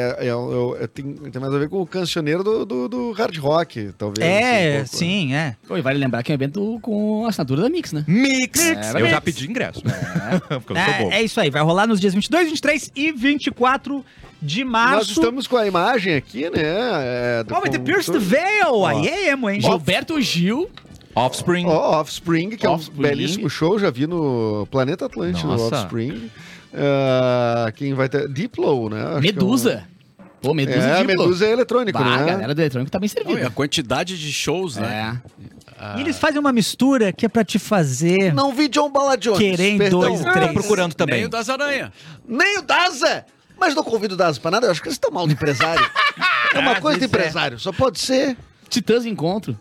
tem mais a ver com o cancioneiro do hard rock, talvez. assim, um pouco, sim, é. Pô, e vale lembrar que é um evento com a assinatura da Mix, né? Mix! É, Eu já Mix. pedi ingresso. Porque eu sou bobo. É isso aí, vai rolar nos dias 22, 23 e 24 de março. Nós estamos com a imagem aqui, né? Vai ter Pierce the Veil, aí é emo, hein? Gilberto Gil. Offspring. Offspring, que Offspring. é um belíssimo show, já vi no Planeta Atlântico, Nossa. Offspring. Quem vai ter? Diplo, né? Acho Medusa. Pô, que Medusa é Diplo. Medusa é eletrônico, Bah, né? a galera do eletrônico tá bem E servida. a quantidade de shows, né? É. E eles fazem uma mistura que é pra te fazer Não vi John Bala Jones. querer em perdão. 2 e 3. Procurando também. Nem o das Aranha. Nem o Daza! Mas não convido o Daza pra nada, eu acho que eles estão mal de empresário. É uma coisa de empresário, só pode ser. Titãs Encontro.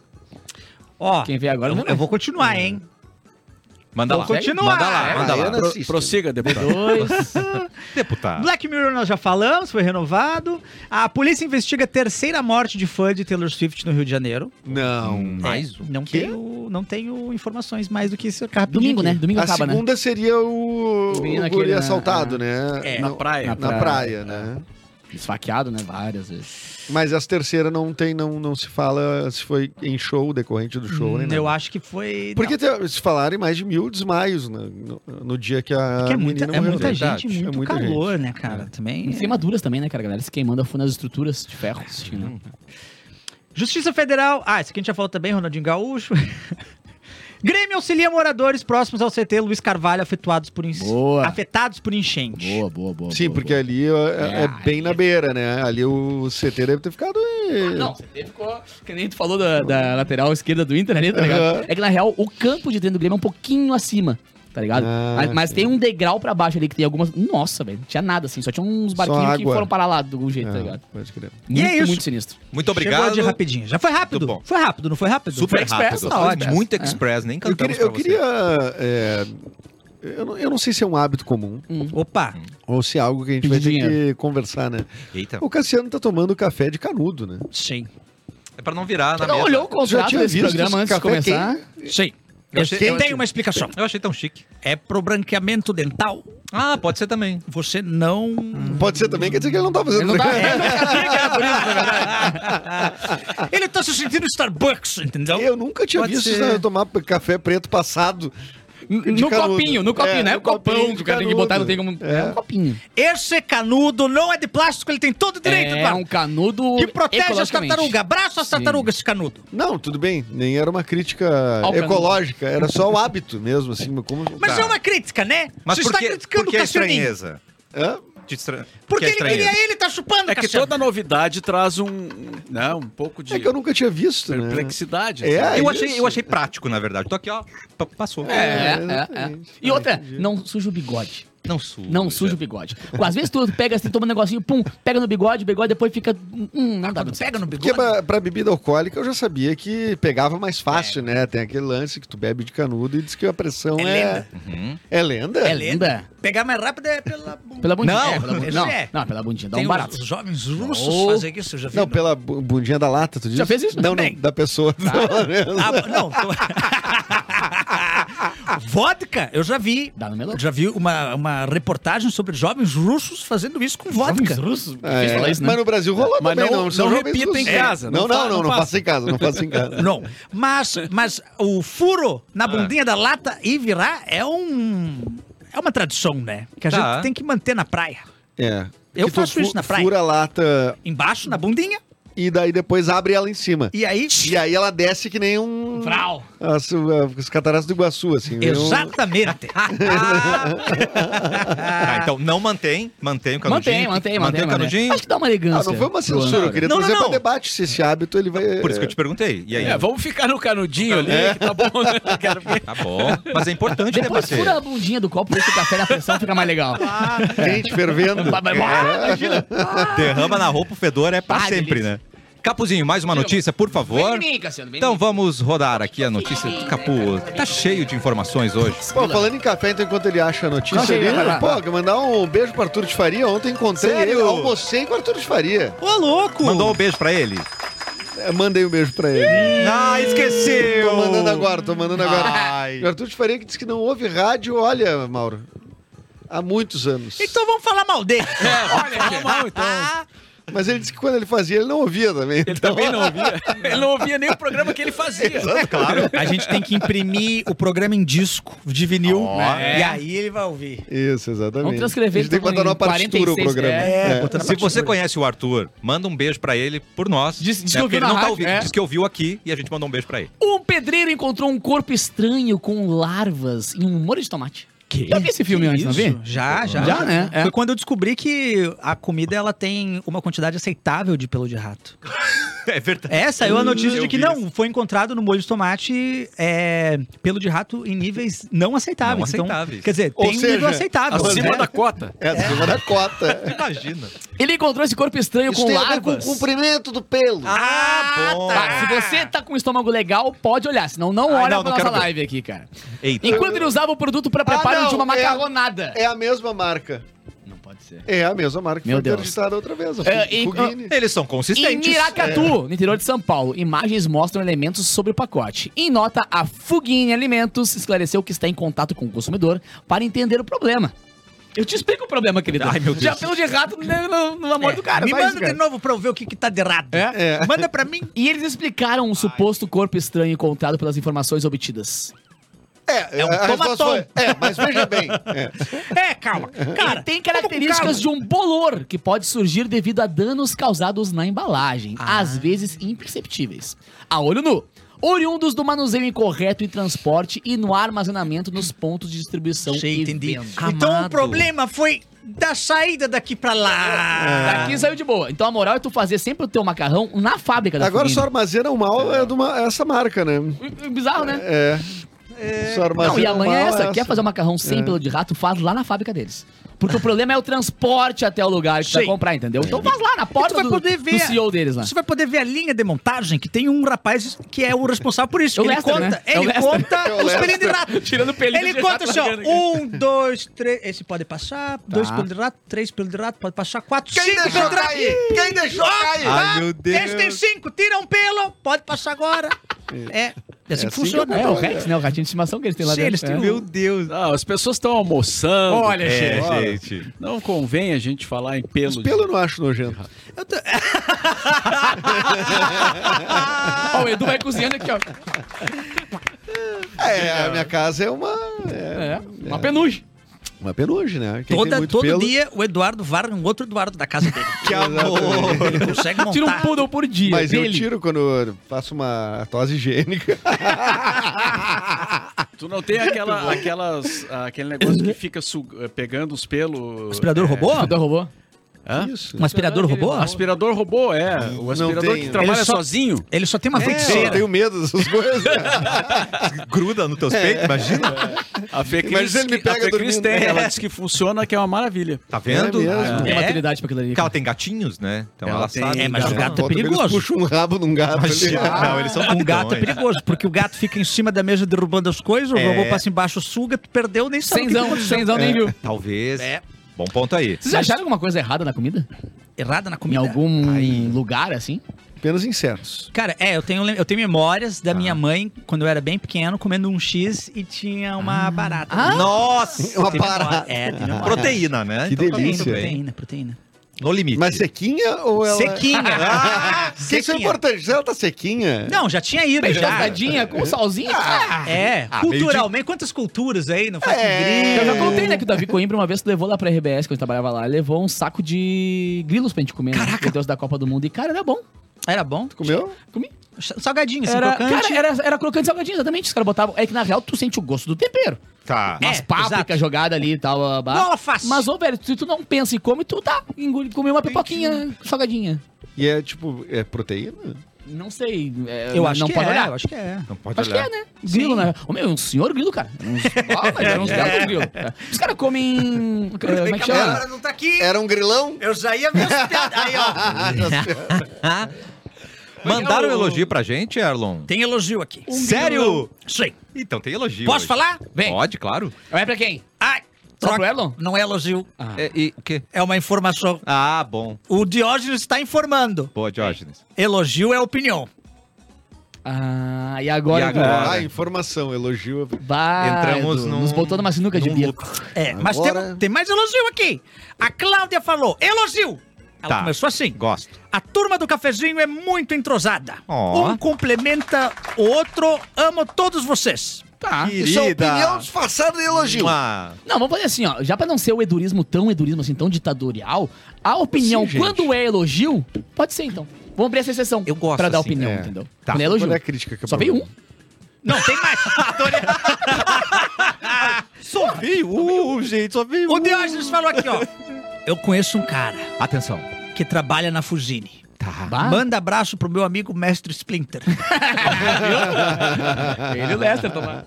Ó, Quem vê agora não eu vou continuar, hein? Manda lá. Vou continuar. Manda lá, manda lá. Baiana assiste. Prossiga, deputado. Deputado. Black Mirror nós já falamos, foi renovado. A polícia investiga a terceira morte de fã de Taylor Swift no Rio de Janeiro. Não. Mais um. Não tenho informações mais do que isso. Rapidinho Domingo, né? aqui. Domingo A acaba, né? segunda seria o menino guri aquele assaltado, né? Na praia. Na praia, né? Esfaqueado, né? Várias vezes. Mas as terceiras não se fala se foi em show, decorrente do show, né? Eu acho que foi... Porque se falaram em mais de 1000 desmaios no dia que a Porque é menina muita morreu. gente, É muito muita calor, né, cara? Também... Queimaduras também, né, cara? A galera se queimando a fundo nas estruturas de ferro. Né? Justiça Federal... isso aqui a gente já falou também, Ronaldinho Gaúcho. Grêmio auxilia moradores próximos ao CT Luiz Carvalho afetados por enchente. Boa. Sim, porque ali é bem na beira, né? Ali o CT deve ter ficado... Não, o CT ficou... Que nem tu falou da lateral esquerda do Inter ali, tá ligado? É que, na real, o campo de treino do Grêmio é um pouquinho acima. Tá ligado? Mas tem um degrau pra baixo ali que tem algumas... Nossa, velho. Não tinha nada assim. Só tinha uns barquinhos que água. foram parar lá do jeito, tá ligado? Pode crer. E é isso. Muito sinistro. Muito obrigado. Chegou de rapidinho. Já foi rápido. Muito bom. Foi rápido, não foi rápido? Super Express, rápido. tá ótimo. Muito express, nem Eu cantamos queria... pra você. Eu não sei se é um hábito comum Opa. ou se é algo que a gente vai ter Dinheiro. que conversar, né? Eita. O Cassiano tá tomando café de canudo, né? Sim. É pra não virar na Você não mesa. olhou o contrato tinha desse visto programa esse antes de café começar? Sim. Eu achei- eu Tem achei- uma explicação. Eu achei tão chique. É pro branqueamento dental. Ah, pode ser também. Você não... Pode ser também, quer dizer que ele não tá fazendo Ele não tá... Ele tá se sentindo Starbucks, entendeu? Eu nunca tinha Pode visto ser. você tomar café preto passado. No canudo. copinho, não é no o copão copinho que de o cara tem que botar, não tem canudo. como... É um copinho. Esse canudo não é de plástico, ele tem todo o direito, É Eduardo. um canudo E protege as ecologicamente. tartarugas. Abraço às Sim. tartarugas, esse canudo. Não, tudo bem. Nem era uma crítica Ao canudo. ecológica, era só o hábito mesmo, assim. Como... Mas Tá. é uma crítica, né? Mas Você por está que, criticando por que o a Cassianinho. estranheza? Hã? Porque ele tá chupando, É que Cassiano. toda novidade traz um pouco de É que eu nunca tinha visto, né? perplexidade. É, assim. Eu achei prático, na verdade. Tô aqui, ó. Passou. E outra, não suja o bigode. Não suja o bigode. Às vezes tu pega assim, toma um negocinho, pum, pega no bigode, o bigode depois fica... não dá. Pega no bigode. Porque pra bebida alcoólica eu já sabia que pegava mais fácil, né? Tem aquele lance que tu bebe de canudo e diz que a pressão lenda. É lenda? É lenda. Pegar mais rápido é pela bundinha. Pela bundinha. Não. Pela bundinha. Não, pela bundinha. Dá Tem um barato. os jovens russos fazem isso, eu já vi. Não, pela bundinha da lata, tu diz? Já fez isso? Não, Também. da pessoa. Não. Vodka, eu já vi. Dá no melão. Eu já vi uma reportagem sobre jovens russos fazendo isso com vodka. Russos? É, Falar isso, né? Mas no Brasil rolou Mas também, não são jovens repita em russos. casa, Não faça em casa, não faça em casa. Não, mas o furo na bundinha da lata e virar é uma tradição, né? Que a Tá. gente tem que manter na praia. É. Eu Que tu faço isso na praia. Fura a lata Embaixo, na bundinha, e daí depois abre ela em cima. e aí... E aí ela desce que nem um... Frau. Os cataratas do Iguaçu, assim. Exatamente. Então não mantém o canudinho. Mantém o canudinho. Acho que dá uma elegância. Não foi uma censura. Eu queria Não, trazer não, pra não. debate se esse hábito ele vai... Por isso que eu te perguntei. E aí? Vamos ficar no canudinho ali, que tá bom. Né? Quero ver. Tá bom. Mas é importante Depois debater. fura a bundinha do copo, deixa o café na pressão, fica mais legal. Quente, fervendo. Imagina. Derrama na roupa, o fedor é pra Ah, sempre, delícia. né? Capuzinho, mais uma notícia, por favor. Vem em mim, Cassiano, vem em Então mim. vamos rodar aqui a notícia do Capu. Tá cheio de informações hoje. Pô, falando em café, então, enquanto ele acha a notícia Não, ali, vai lá. pô, quer mandar um beijo pro Arthur de Faria. Ontem encontrei Sério? ele, almocei com o Arthur de Faria. Ô, louco! Mandou um beijo pra ele? Mandei um beijo pra ele. Ah, esqueceu! Tô mandando agora. Ai. O Arthur de Faria que disse que não ouve rádio, olha, Mauro, há muitos anos. Então vamos falar mal dele. Olha, mal, então. Mas ele disse que quando ele fazia, ele não ouvia também. Ele também não ouvia. Ele não ouvia nem o programa que ele fazia. Claro. A gente tem que imprimir o programa em disco de vinil, né? E aí ele vai ouvir. Isso, exatamente. Vamos transcrever A gente tem que botar numa partitura o 46, programa. botando Se você conhece o Arthur, manda um beijo pra ele por nós. Diz que Porque ouviu ele na não tá rádio, ouvindo. é. Diz que ouviu aqui e a gente mandou um beijo pra ele. Um pedreiro encontrou um corpo estranho com larvas em um molho de tomate. Eu vi esse filme antes, não vi? Já, né? É. Foi quando eu descobri que a comida ela tem uma quantidade aceitável de pelo de rato. É verdade. Saiu a notícia Eu de que vi não, foi encontrado no molho de tomate pelo de rato em níveis não aceitáveis. Não Então, aceitáveis. quer dizer, Ou tem um nível seja, aceitável. Acima né? da cota. É acima da cota. Imagina. Ele encontrou esse corpo estranho Isso com tem a ver com o larvas. comprimento do pelo. Bom. Tá, se você tá com o estômago legal, pode olhar, senão não olha não, pra não nossa quero ver. live aqui, cara. Eita. Enquanto ele usava o produto pra preparo não, de uma é- macarronada. É a mesma marca. Não pode ser. É a mesma marca que Meu foi Deus. acreditada outra vez. A É, Fugini. Eles são Em consistentes. Miracatu, no interior de São Paulo, imagens mostram elementos sobre o pacote. Em nota, a Fugini Alimentos esclareceu que está em contato com o consumidor para entender o problema. Eu te explico o problema, querido. Ai, meu Deus. Já pelo de rato no amor do cara. Me faz manda isso, cara. de novo pra eu ver o que tá de errado. Manda pra mim. E eles explicaram o suposto corpo estranho encontrado pelas informações obtidas. É um a resposta tomatão. foi, mas veja bem. Calma. Ele Cara, tem características de um bolor que pode surgir devido a danos causados na embalagem, às vezes imperceptíveis. A olho nu. Oriundos do manuseio incorreto em transporte e no armazenamento nos pontos de distribuição e entendi. venda. Então o Amado. problema foi da saída daqui pra lá. Daqui saiu de boa. Então a moral é tu fazer sempre o teu macarrão na fábrica da Agora só Fugini. armazena o mal é de essa marca, né? Bizarro, né? Só armazena Não, e a o manha mal é essa. Quer fazer um macarrão sem pelo de rato, faz lá na fábrica deles. Porque o problema é o transporte até o lugar que tu vai Sim. comprar, entendeu? Então faz lá na porta tu vai do, poder ver. do CEO deles lá. Você vai poder ver a linha de montagem que tem um rapaz que é o responsável por isso. É o Ele Lester, conta, né? É o ele Lester. conta É o os Lester. pelinhos de rato. Tirando o pelinho Ele de conta rato assim, ó. largando aqui. 1, 2, 3. Esse pode passar. 2 pelos de rato. 3 pelos de rato. Pode passar 4, 5 pelos de rato. Quem deixou cair? Ai, meu Deus. Esse tem 5. Tira um pelo. Pode passar agora. É assim que funciona. É o Rex, né? O ratinho de estimação que eles têm lá Sim, dentro. eles têm É. um- Meu Deus. Não, as pessoas estão almoçando. Olha, Gente. Não convém a gente falar em pelo. Os pelos eu não acho nojento. Ó, o Edu vai cozinhando aqui, ó. A minha casa é uma Uma penugem. uma penugem, né? Quem tem muito Todo pelo, dia o Eduardo varre um outro Eduardo da casa dele. Que amor. Ele consegue montar. Tira um poodle por dia. Mas eu dele. tiro quando eu faço uma tosse higiênica. Tu não tem aquele negócio que fica pegando os pelos. Aspirador robô? Aspirador robô? Hã? Isso. Um aspirador robô? Aspirador robô, é. O aspirador tem. que trabalha Ele só- sozinho. Ele só tem uma Eu feiticeira. tenho medo dessas coisas. Gruda nos teus peitos, imagina. A Fê Cris, Mas ele me pega a Fê Cris dormindo. tem, ela diz que funciona, que é uma maravilha. Tá vendo? É mesmo. Tem maturidade pra aquilo ali. Porque ela tem gatinhos, né? Então ela tem- sabe. mas o então- gato é Volta, eles perigoso. puxam um rabo num gato ali. Não, eles são Um gato é rapidões. perigoso, porque o gato fica em cima da mesa derrubando as coisas, o É. robô passa embaixo, suga, tu perdeu, nem sabe o que Cenzão, aconteceu. cenzão nem viu. Talvez. É. Bom ponto aí. Vocês acharam alguma coisa errada na comida? Errada na Em comida. algum lugar, assim? Apenas insetos. Cara, eu tenho memórias da minha mãe, quando eu era bem pequeno, comendo um X e tinha uma barata. Nossa! Uma Tem memória. parada. É, tem memória. Proteína, né? Que Então tá delícia. tudo bem. Proteína. No limite. Mas sequinha ou ela... Sequinha. Isso é Sequinha. importante. Se ela tá sequinha... Não, já tinha ido. Já. Pescadinha com salzinho. É, Ah, culturalmente, quantas culturas aí? Não faz Eu já grilo. contei, né, que o Davi Coimbra uma vez levou lá pra RBS, quando eu trabalhava lá, levou um saco de grilos pra gente comer, né? Meu Deus da Copa do Mundo. E, cara, era bom. Era bom? Comeu? Comi. Salgadinho, assim, Era, crocante. cara, era crocante e salgadinho, exatamente. Os caras botavam... É que, na real, tu sente o gosto do tempero. Tá. Umas É, páprica exato. jogada ali e tal. Igual alface. Mas, ô, velho, se tu não pensa e come, tu tá. Comer uma pipoquinha salgadinha. E é tipo... É proteína? Não sei. Eu acho não que pode é, olhar. eu acho que é. Não pode Acho que olhar. é, né? Grilo, né? Ô, meu, um senhor grilo, cara. Mas era uns belos grilo. Os caras comem... como é que chama? Não tá aqui. Era um grilão? Eu já ia ver as piadas. Aí, ó. Mandaram um elogio pra gente, Erlon? Tem elogio aqui. Sério? Sim. Então tem elogio. Posso hoje. falar? Vem. Pode, claro. É pra quem? Ai, Só pro Erlon? Não é elogio. É, e o quê? É uma informação. Ah, bom. O Diógenes está informando. Boa, Diógenes. Elogio é opinião. Ah, e agora? E agora? Ah, informação, elogio. Vai, Entramos Edu, num- nos botou numa sinuca de num bico. loop. É, mas Agora- tem mais elogio aqui. A Cláudia falou, elogio. Ela Tá. começou assim. Gosto. A turma do cafezinho é muito entrosada. Ó. Um complementa o outro. Amo todos vocês. Tá. Isso é opinião disfarçada de elogio. Ah, Não, vamos fazer assim, ó. Já pra não ser o edurismo assim, tão ditatorial, a opinião, Sim, gente. quando é elogio, pode ser então. Vamos abrir essa exceção. Eu gosto Pra dar assim, opinião, é. entendeu? Tá. Quando é elogio. Quando é crítica que é Só veio um. problema. Não, tem mais. só veio gente, só veio O Diógenes falou aqui, ó. Eu conheço um cara Atenção. que trabalha na Fusine. Tá. Bah. Manda abraço pro meu amigo mestre Splinter. Ele e o Lester, tomar.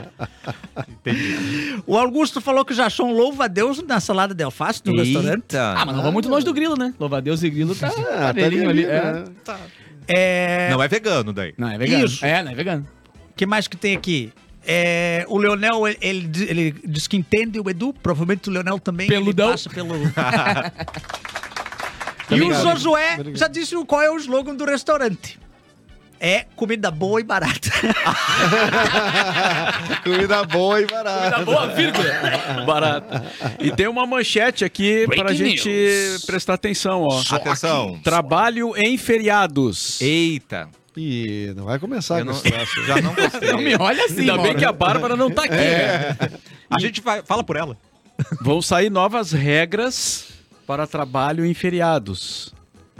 O Augusto falou que já achou um louva-a-Deus na salada de alface no restaurante. Eita. Ah, mas não vamos muito longe do grilo, né? Louva a Deus e grilo tá, Ah, tá velhinho ali, ali. É. né? É... Não é vegano daí. Não, é vegano. Isso. É, não é vegano. que mais que tem aqui? É, o Leonel, ele diz que entende o Edu, provavelmente o Leonel também. Peludão. Ele passa pelo... E o Josué já disse qual é o slogan do restaurante. É comida boa e barata. Comida boa e barata. Boa, vírgula. Barato. E tem uma manchete aqui pra Breaking gente news. prestar atenção, ó. Atenção. Trabalho em feriados. Eita. Ih, não vai começar Eu com não, esse troço. já não gostei. Não me olha assim, Ainda bem Mauro. que a Bárbara não tá aqui. né? A gente vai... Fala por ela. Vão sair novas regras para trabalho em feriados.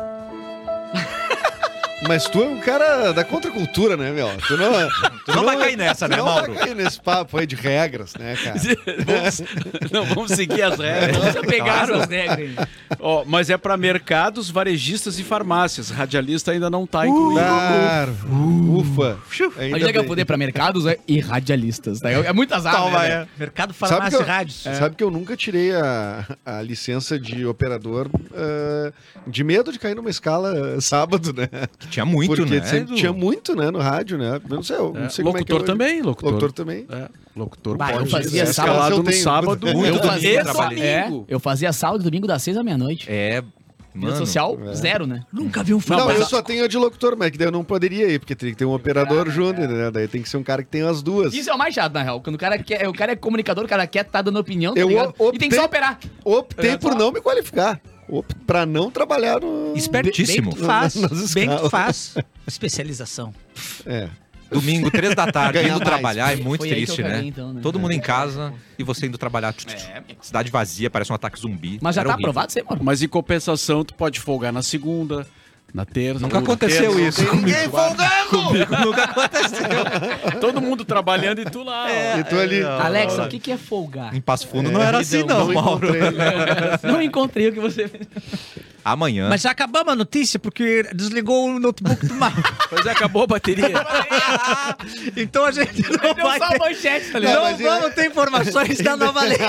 Mas tu é um cara da contracultura, né, meu? Tu não vai cair nessa, tu né, não Mauro? vai cair nesse papo aí de regras, né, cara? Não vamos seguir as regras. Você pegaram as regras. Ó, mas é para mercados, varejistas e farmácias. Radialista ainda não tá incluído. Claro. Ufa. Ainda Imagina que eu bem. poder pra mercados e radialistas. Tá? É muito azar, Toma, né, é. velho? Mercado, Sabe farmácia que e eu- rádios. Sabe que eu nunca tirei a licença de operador de medo de cair numa escala sábado, né? Tinha muito, Porque né? sempre Edu? tinha muito, né, no rádio, né? Eu não sei, eu não sei como é que é Locutor hoje. também, locutor. Também. É, locutor Bah, eu pode fazia ser sábado, escalado eu no tenho. sábado Muito Eu fazia, domingo, trabalhei. eu fazia sábado e domingo das 6 à meia-noite. É, Vida mano. social, zero, né? Nunca vi um Não, filme. eu só tenho a de locutor, mas que daí eu não poderia ir, porque teria que ter um operador junto, né? Daí tem que ser um cara que tem as duas. Isso é o mais chato, na real. Quando o cara é comunicador, o cara quer tá dando opinião, tá Eu ligado? E optei- tem que só operar. Optei por não me qualificar. Pra não trabalhar no... Espertíssimo. Bem que tu faz. Nas Bem que tu escalas. faz. Especialização. É. Domingo, 3 da tarde, Ganhar indo mais. trabalhar é muito Foi aí que eu triste, caguei, né? então, né? Todo mundo em casa e você indo trabalhar. Cidade vazia, parece um ataque zumbi. Mas já Era tá horrível. aprovado, você, mano? Mas em compensação, tu pode folgar na segunda, na terça. Nunca ou na aconteceu terça. isso. Ninguém folgando! Nunca aconteceu. Todo mundo trabalhando e tu lá. ó. E tu ali. Alexa, o que é folgar? Em Passo Fundo não era assim, não, Mauro. encontrei. Não encontrei o que você fez. amanhã. Mas já acabamos a notícia porque desligou o notebook do Mauro. Pois é, acabou a bateria. Então a gente não vai ter... manchete, tá Não vamos ter informações da nova lei.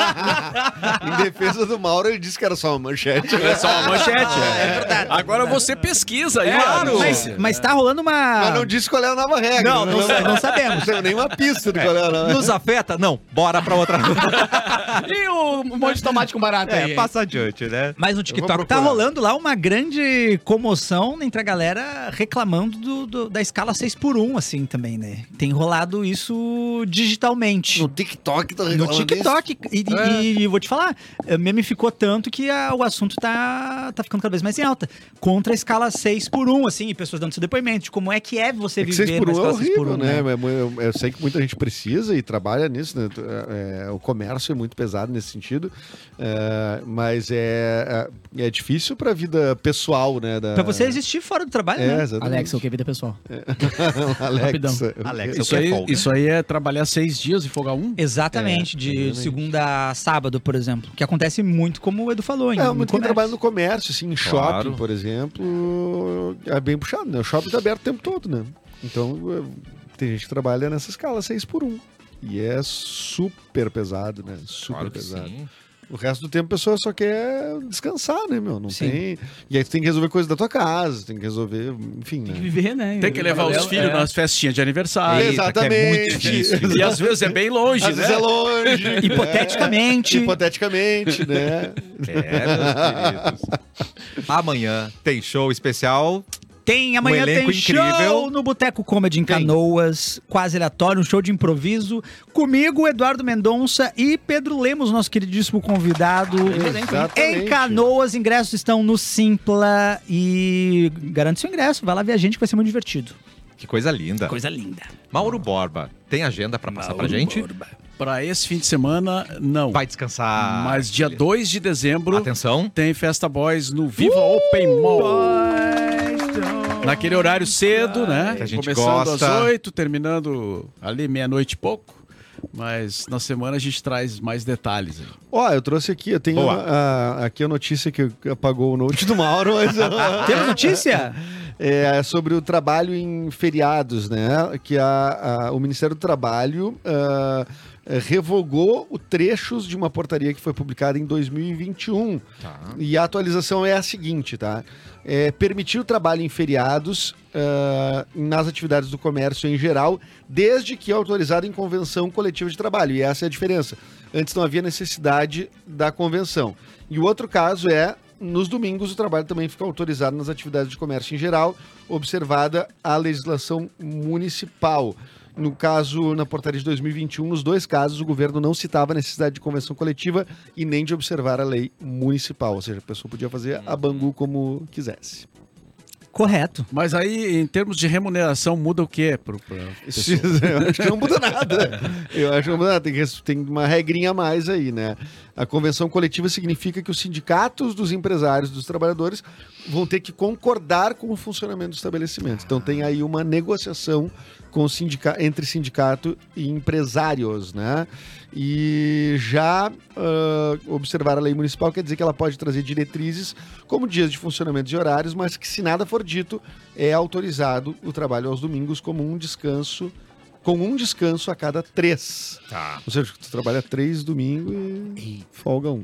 Em defesa do Mauro, ele disse que era só uma manchete. É só uma manchete. É verdade. Agora você pesquisa aí. Claro. Mas tá rolando uma... Mas não disse qual é a nova regra. Não sabemos. Não tem nenhuma pista de qual é a nova Nos afeta? Não, bora pra outra. E o monte de tomate com barata aí? Passa adiante, né? Mas no TikTok tá procurar. rolando lá uma grande comoção entre a galera reclamando da escala 6x1, assim, também, né? Tem rolado isso digitalmente. No TikTok tá No reclamando TikTok. E vou te falar, memificou tanto que o assunto tá ficando cada vez mais em alta. Contra a escala 6x1, assim, e pessoas dando seu depoimento de como é que é você que viver 6x1 na é escala horrível, 6x1, né? Eu sei que muita gente precisa e trabalha nisso, né? O comércio é muito pesado nesse sentido, mas é difícil pra vida pessoal, né? Pra você existir fora do trabalho, né? Exatamente. Alexa, o que é vida pessoal? Alexa. Alexa, Isso aí é trabalhar 6 dias e folgar um? Exatamente, de segunda a sábado, por exemplo. Que acontece muito, como o Edu falou, Muito quem comércio. trabalha no comércio, assim, em Claro. shopping, por exemplo, é bem puxado, né? O shopping tá aberto o tempo todo, né? Então, tem gente que trabalha nessa escala 6x1. E é super pesado, né? Super Claro que pesado. sim. O resto do tempo a pessoa só quer descansar, né, meu? Não Sim. tem... E aí tu tem que resolver coisas da tua casa, tem que resolver, enfim, né? Viver, né? Tem que levar os filhos nas festinhas de aniversário. Eita, que é muito difícil. E às vezes é bem longe, Às né? vezes é longe. Hipoteticamente. Hipoteticamente, né? Meus queridos. Amanhã tem show especial. Amanhã elenco tem incrível. show no Boteco Comedy em Canoas, quase aleatório, um show de improviso. Comigo, Eduardo Mendonça e Pedro Lemos, nosso queridíssimo convidado. Exatamente. Em Canoas, ingressos estão no Simpla e garante seu ingresso. Vai lá ver a gente que vai ser muito divertido. Que coisa linda. Coisa linda. Mauro Borba, tem agenda pra passar pra gente? Pra esse fim de semana, não. Vai descansar. Mas dia 2 de dezembro Atenção. tem Festa Boys no Viva Open Mall. Naquele horário cedo, né? Que a gente Começando gosta. às 8, terminando ali meia-noite e pouco. Mas na semana a gente traz mais detalhes aí. Ó, eu trouxe aqui, eu tenho aqui a notícia que apagou o note do Mauro, mas... Temos notícia? É sobre o trabalho em feriados, né? Que o Ministério do Trabalho revogou trechos de uma portaria que foi publicada em 2021. Tá. E a atualização é a seguinte, tá? Permitir o trabalho em feriados nas atividades do comércio em geral, desde que autorizado em convenção coletiva de trabalho. E essa é a diferença. Antes não havia necessidade da convenção. E o outro caso é, nos domingos, o trabalho também fica autorizado nas atividades de comércio em geral, observada a legislação municipal. No caso, na portaria de 2021, nos dois casos, o governo não citava a necessidade de convenção coletiva e nem de observar a lei municipal. Ou seja, a pessoa podia fazer a bangu como quisesse. Correto. Mas aí, em termos de remuneração, muda o quê? Eu acho que não muda nada. Eu acho que não muda nada. Tem uma regrinha a mais aí, né? A convenção coletiva significa que os sindicatos dos empresários, dos trabalhadores, vão ter que concordar com o funcionamento do estabelecimento. Então tem aí uma negociação com entre sindicato e empresários, né? E já observar a lei municipal quer dizer que ela pode trazer diretrizes como dias de funcionamento e horários, mas que, se nada for dito, é autorizado o trabalho aos domingos como um descanso, com um descanso a cada 3. Tá. Ou seja, tu trabalha 3 domingos e folga 1.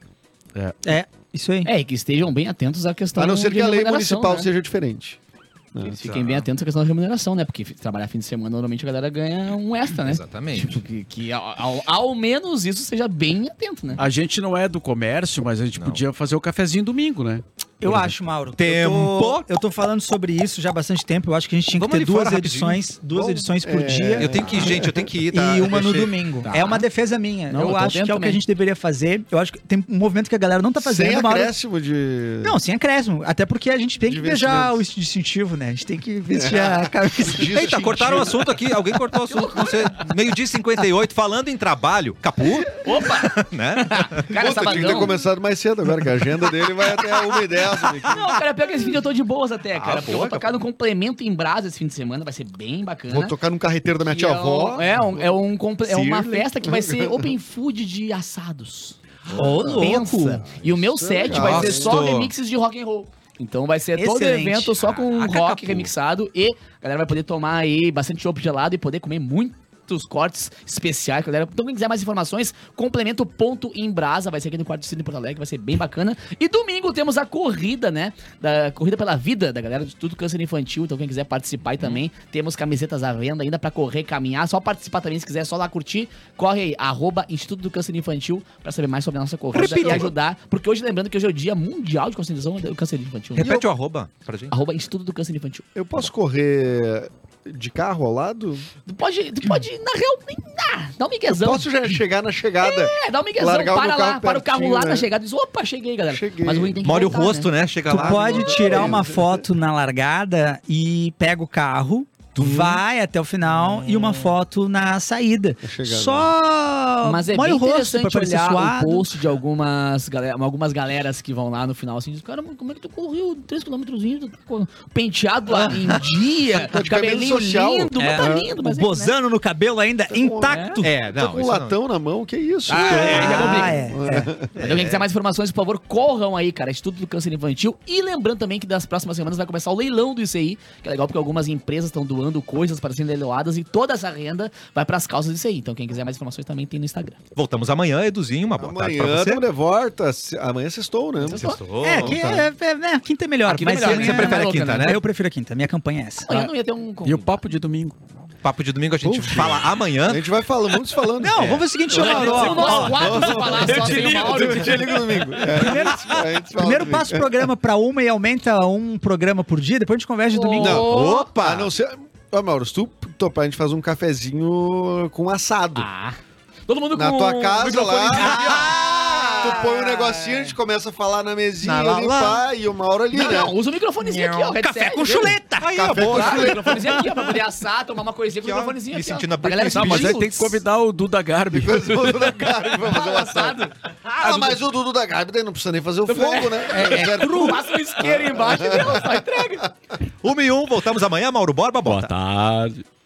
Isso aí. E que estejam bem atentos à questão A não ser de que a lei remuneração, municipal né? seja diferente. Eles fiquem bem atentos à questão da remuneração, né? Porque trabalhar fim de semana, normalmente a galera ganha um extra, né? Exatamente. Tipo, que ao menos isso seja bem atento, né? A gente não é do comércio, mas a gente podia fazer o cafezinho domingo, né? Eu acho, Mauro. Tempo. Eu tô falando sobre isso já há bastante tempo. Eu acho que a gente tinha que Vamos ter ali fora duas edições por dia. Eu tenho que ir, tá? E uma no Deixa- domingo. Tá. É uma defesa minha. Não, eu eu tô acho dentro que é o que a também. gente deveria fazer. Eu acho que tem um movimento que a galera não tá fazendo. Sem Mauro. acréscimo de... Não, sem acréscimo. Até porque a gente tem que De beijar o investimentos. distintivo, né? A gente tem que vestir a camisa. Eita, cortaram o assunto aqui. Alguém cortou o assunto. Não sei. Meio-dia e 58, falando em trabalho. Capu, Opa! né? Cara, Puta, tinha que ter sabadão. começado mais cedo agora, que a agenda dele vai até 1h10. Não, cara, pior que esse vídeo eu tô de boas até, cara. Porque eu boa, vou tocar no complemento em Brasa esse fim de semana, vai ser bem bacana. Vou tocar num carreteiro da minha Que é tia-avó. uma Shirley. festa que vai ser open food de assados. Ô, louco. Pensa. E o meu set vai ser só Gosto. remixes de rock and roll. Então vai ser todo o Excelente. evento só com rock Acacapu. remixado e a galera vai poder tomar aí bastante chopp gelado e poder comer muitos cortes especiais, galera. Então, quem quiser mais informações, complemento ponto em Brasa, vai ser aqui no Quarto de Cidade em Porto Alegre, vai ser bem bacana. E domingo temos a corrida, né? Da Corrida pela Vida da galera de Tudo Câncer Infantil. Então, quem quiser participar aí também, temos camisetas à venda ainda pra correr, caminhar. Só participar também, se quiser, só lá curtir. Corre aí, @Instituto do Câncer Infantil, pra saber mais sobre a nossa corrida e ajudar. Porque hoje, lembrando que hoje é o Dia Mundial de Conscientização do Câncer Infantil. Né? Repete o arroba pra gente. @Instituto do Câncer Infantil. Eu posso correr de carro ao lado? Tu pode na real, nem dá um Eu miguezão. posso já chegar na chegada. Dá um miguezão, Largar o para meu lá, carro para o carro pertinho, lá né? na chegada e diz, opa, cheguei, galera. Cheguei. Mas o ruim tem que Molha o voltar, rosto, né? Chega Tu lá. pode tirar uma foto na largada e pega o carro, tu vai até o final e uma foto na saída. chegada. Só Mas é molha bem o rosto pra interessante parecer olhar suado. o post de algumas galeras que vão lá no final, assim, diz, cara, como é que tu correu 3 km, penteado lá em dia, Tá de cabelo cabelinho social. lindo, mas tá lindo, mas O bozano no cabelo ainda intacto. É, Tô não, com um isso não. latão na mão, que isso? Então, quem quiser mais informações, por favor, corram aí, cara. Instituto do Câncer Infantil. E lembrando também que das próximas semanas vai começar o leilão do ICI, que é legal porque algumas empresas estão doando coisas para serem leiloadas e toda essa renda vai para as causas do ICI. Então, quem quiser mais informações também tem no Instagram. Voltamos amanhã, Eduzinho, uma boa tarde pra Amanhã você. estamos de volta. Amanhã sextou, né? Sextou. É, quinta é melhor. Quinta é mas melhor, eu- Você prefere a quinta, né? Eu prefiro a quinta. Minha campanha é essa. Amanhã não ia ter um... E o papo de domingo? Papo de domingo a gente fala amanhã. A gente vai falando, vamos falando. Não, vamos fazer o seguinte, Mauro. Se nós quatro se falar só sem o Mauro... Eu te ligo domingo. Primeiro passa o programa pra uma e aumenta um programa por dia, depois a gente conversa de domingo. Não. Opa! A não ser... Ô, Mauro, se tu topar, a gente faz um cafezinho com assado. Ah, todo mundo Na com tua o casa microfone lá. Tu põe um negocinho, a gente começa a falar na mesinha Lá, ali, lá. pá, e uma hora ali, Não, né? não, usa o microfonezinho aqui, ó. Café headset, com viu? chuleta. Aí, Café ó, boa. com Claro, o chuleta. microfonezinho aqui, ó, pra poder assar, tomar uma coisinha com o Aqui, ó, microfonezinho me aqui, ó. sentindo a Pra galera Britney Não, mas aí pedir tem que convidar o Duda Garbi. Depois o Dudu da Garbi vai fazer o um assado. assado. Ah, mas o Dudu da Garbi daí não precisa nem fazer o fogo, né? Passa um isqueiro embaixo e deu, só entrega. 1 e 1, voltamos amanhã, Mauro Borba, Boa bota. tarde.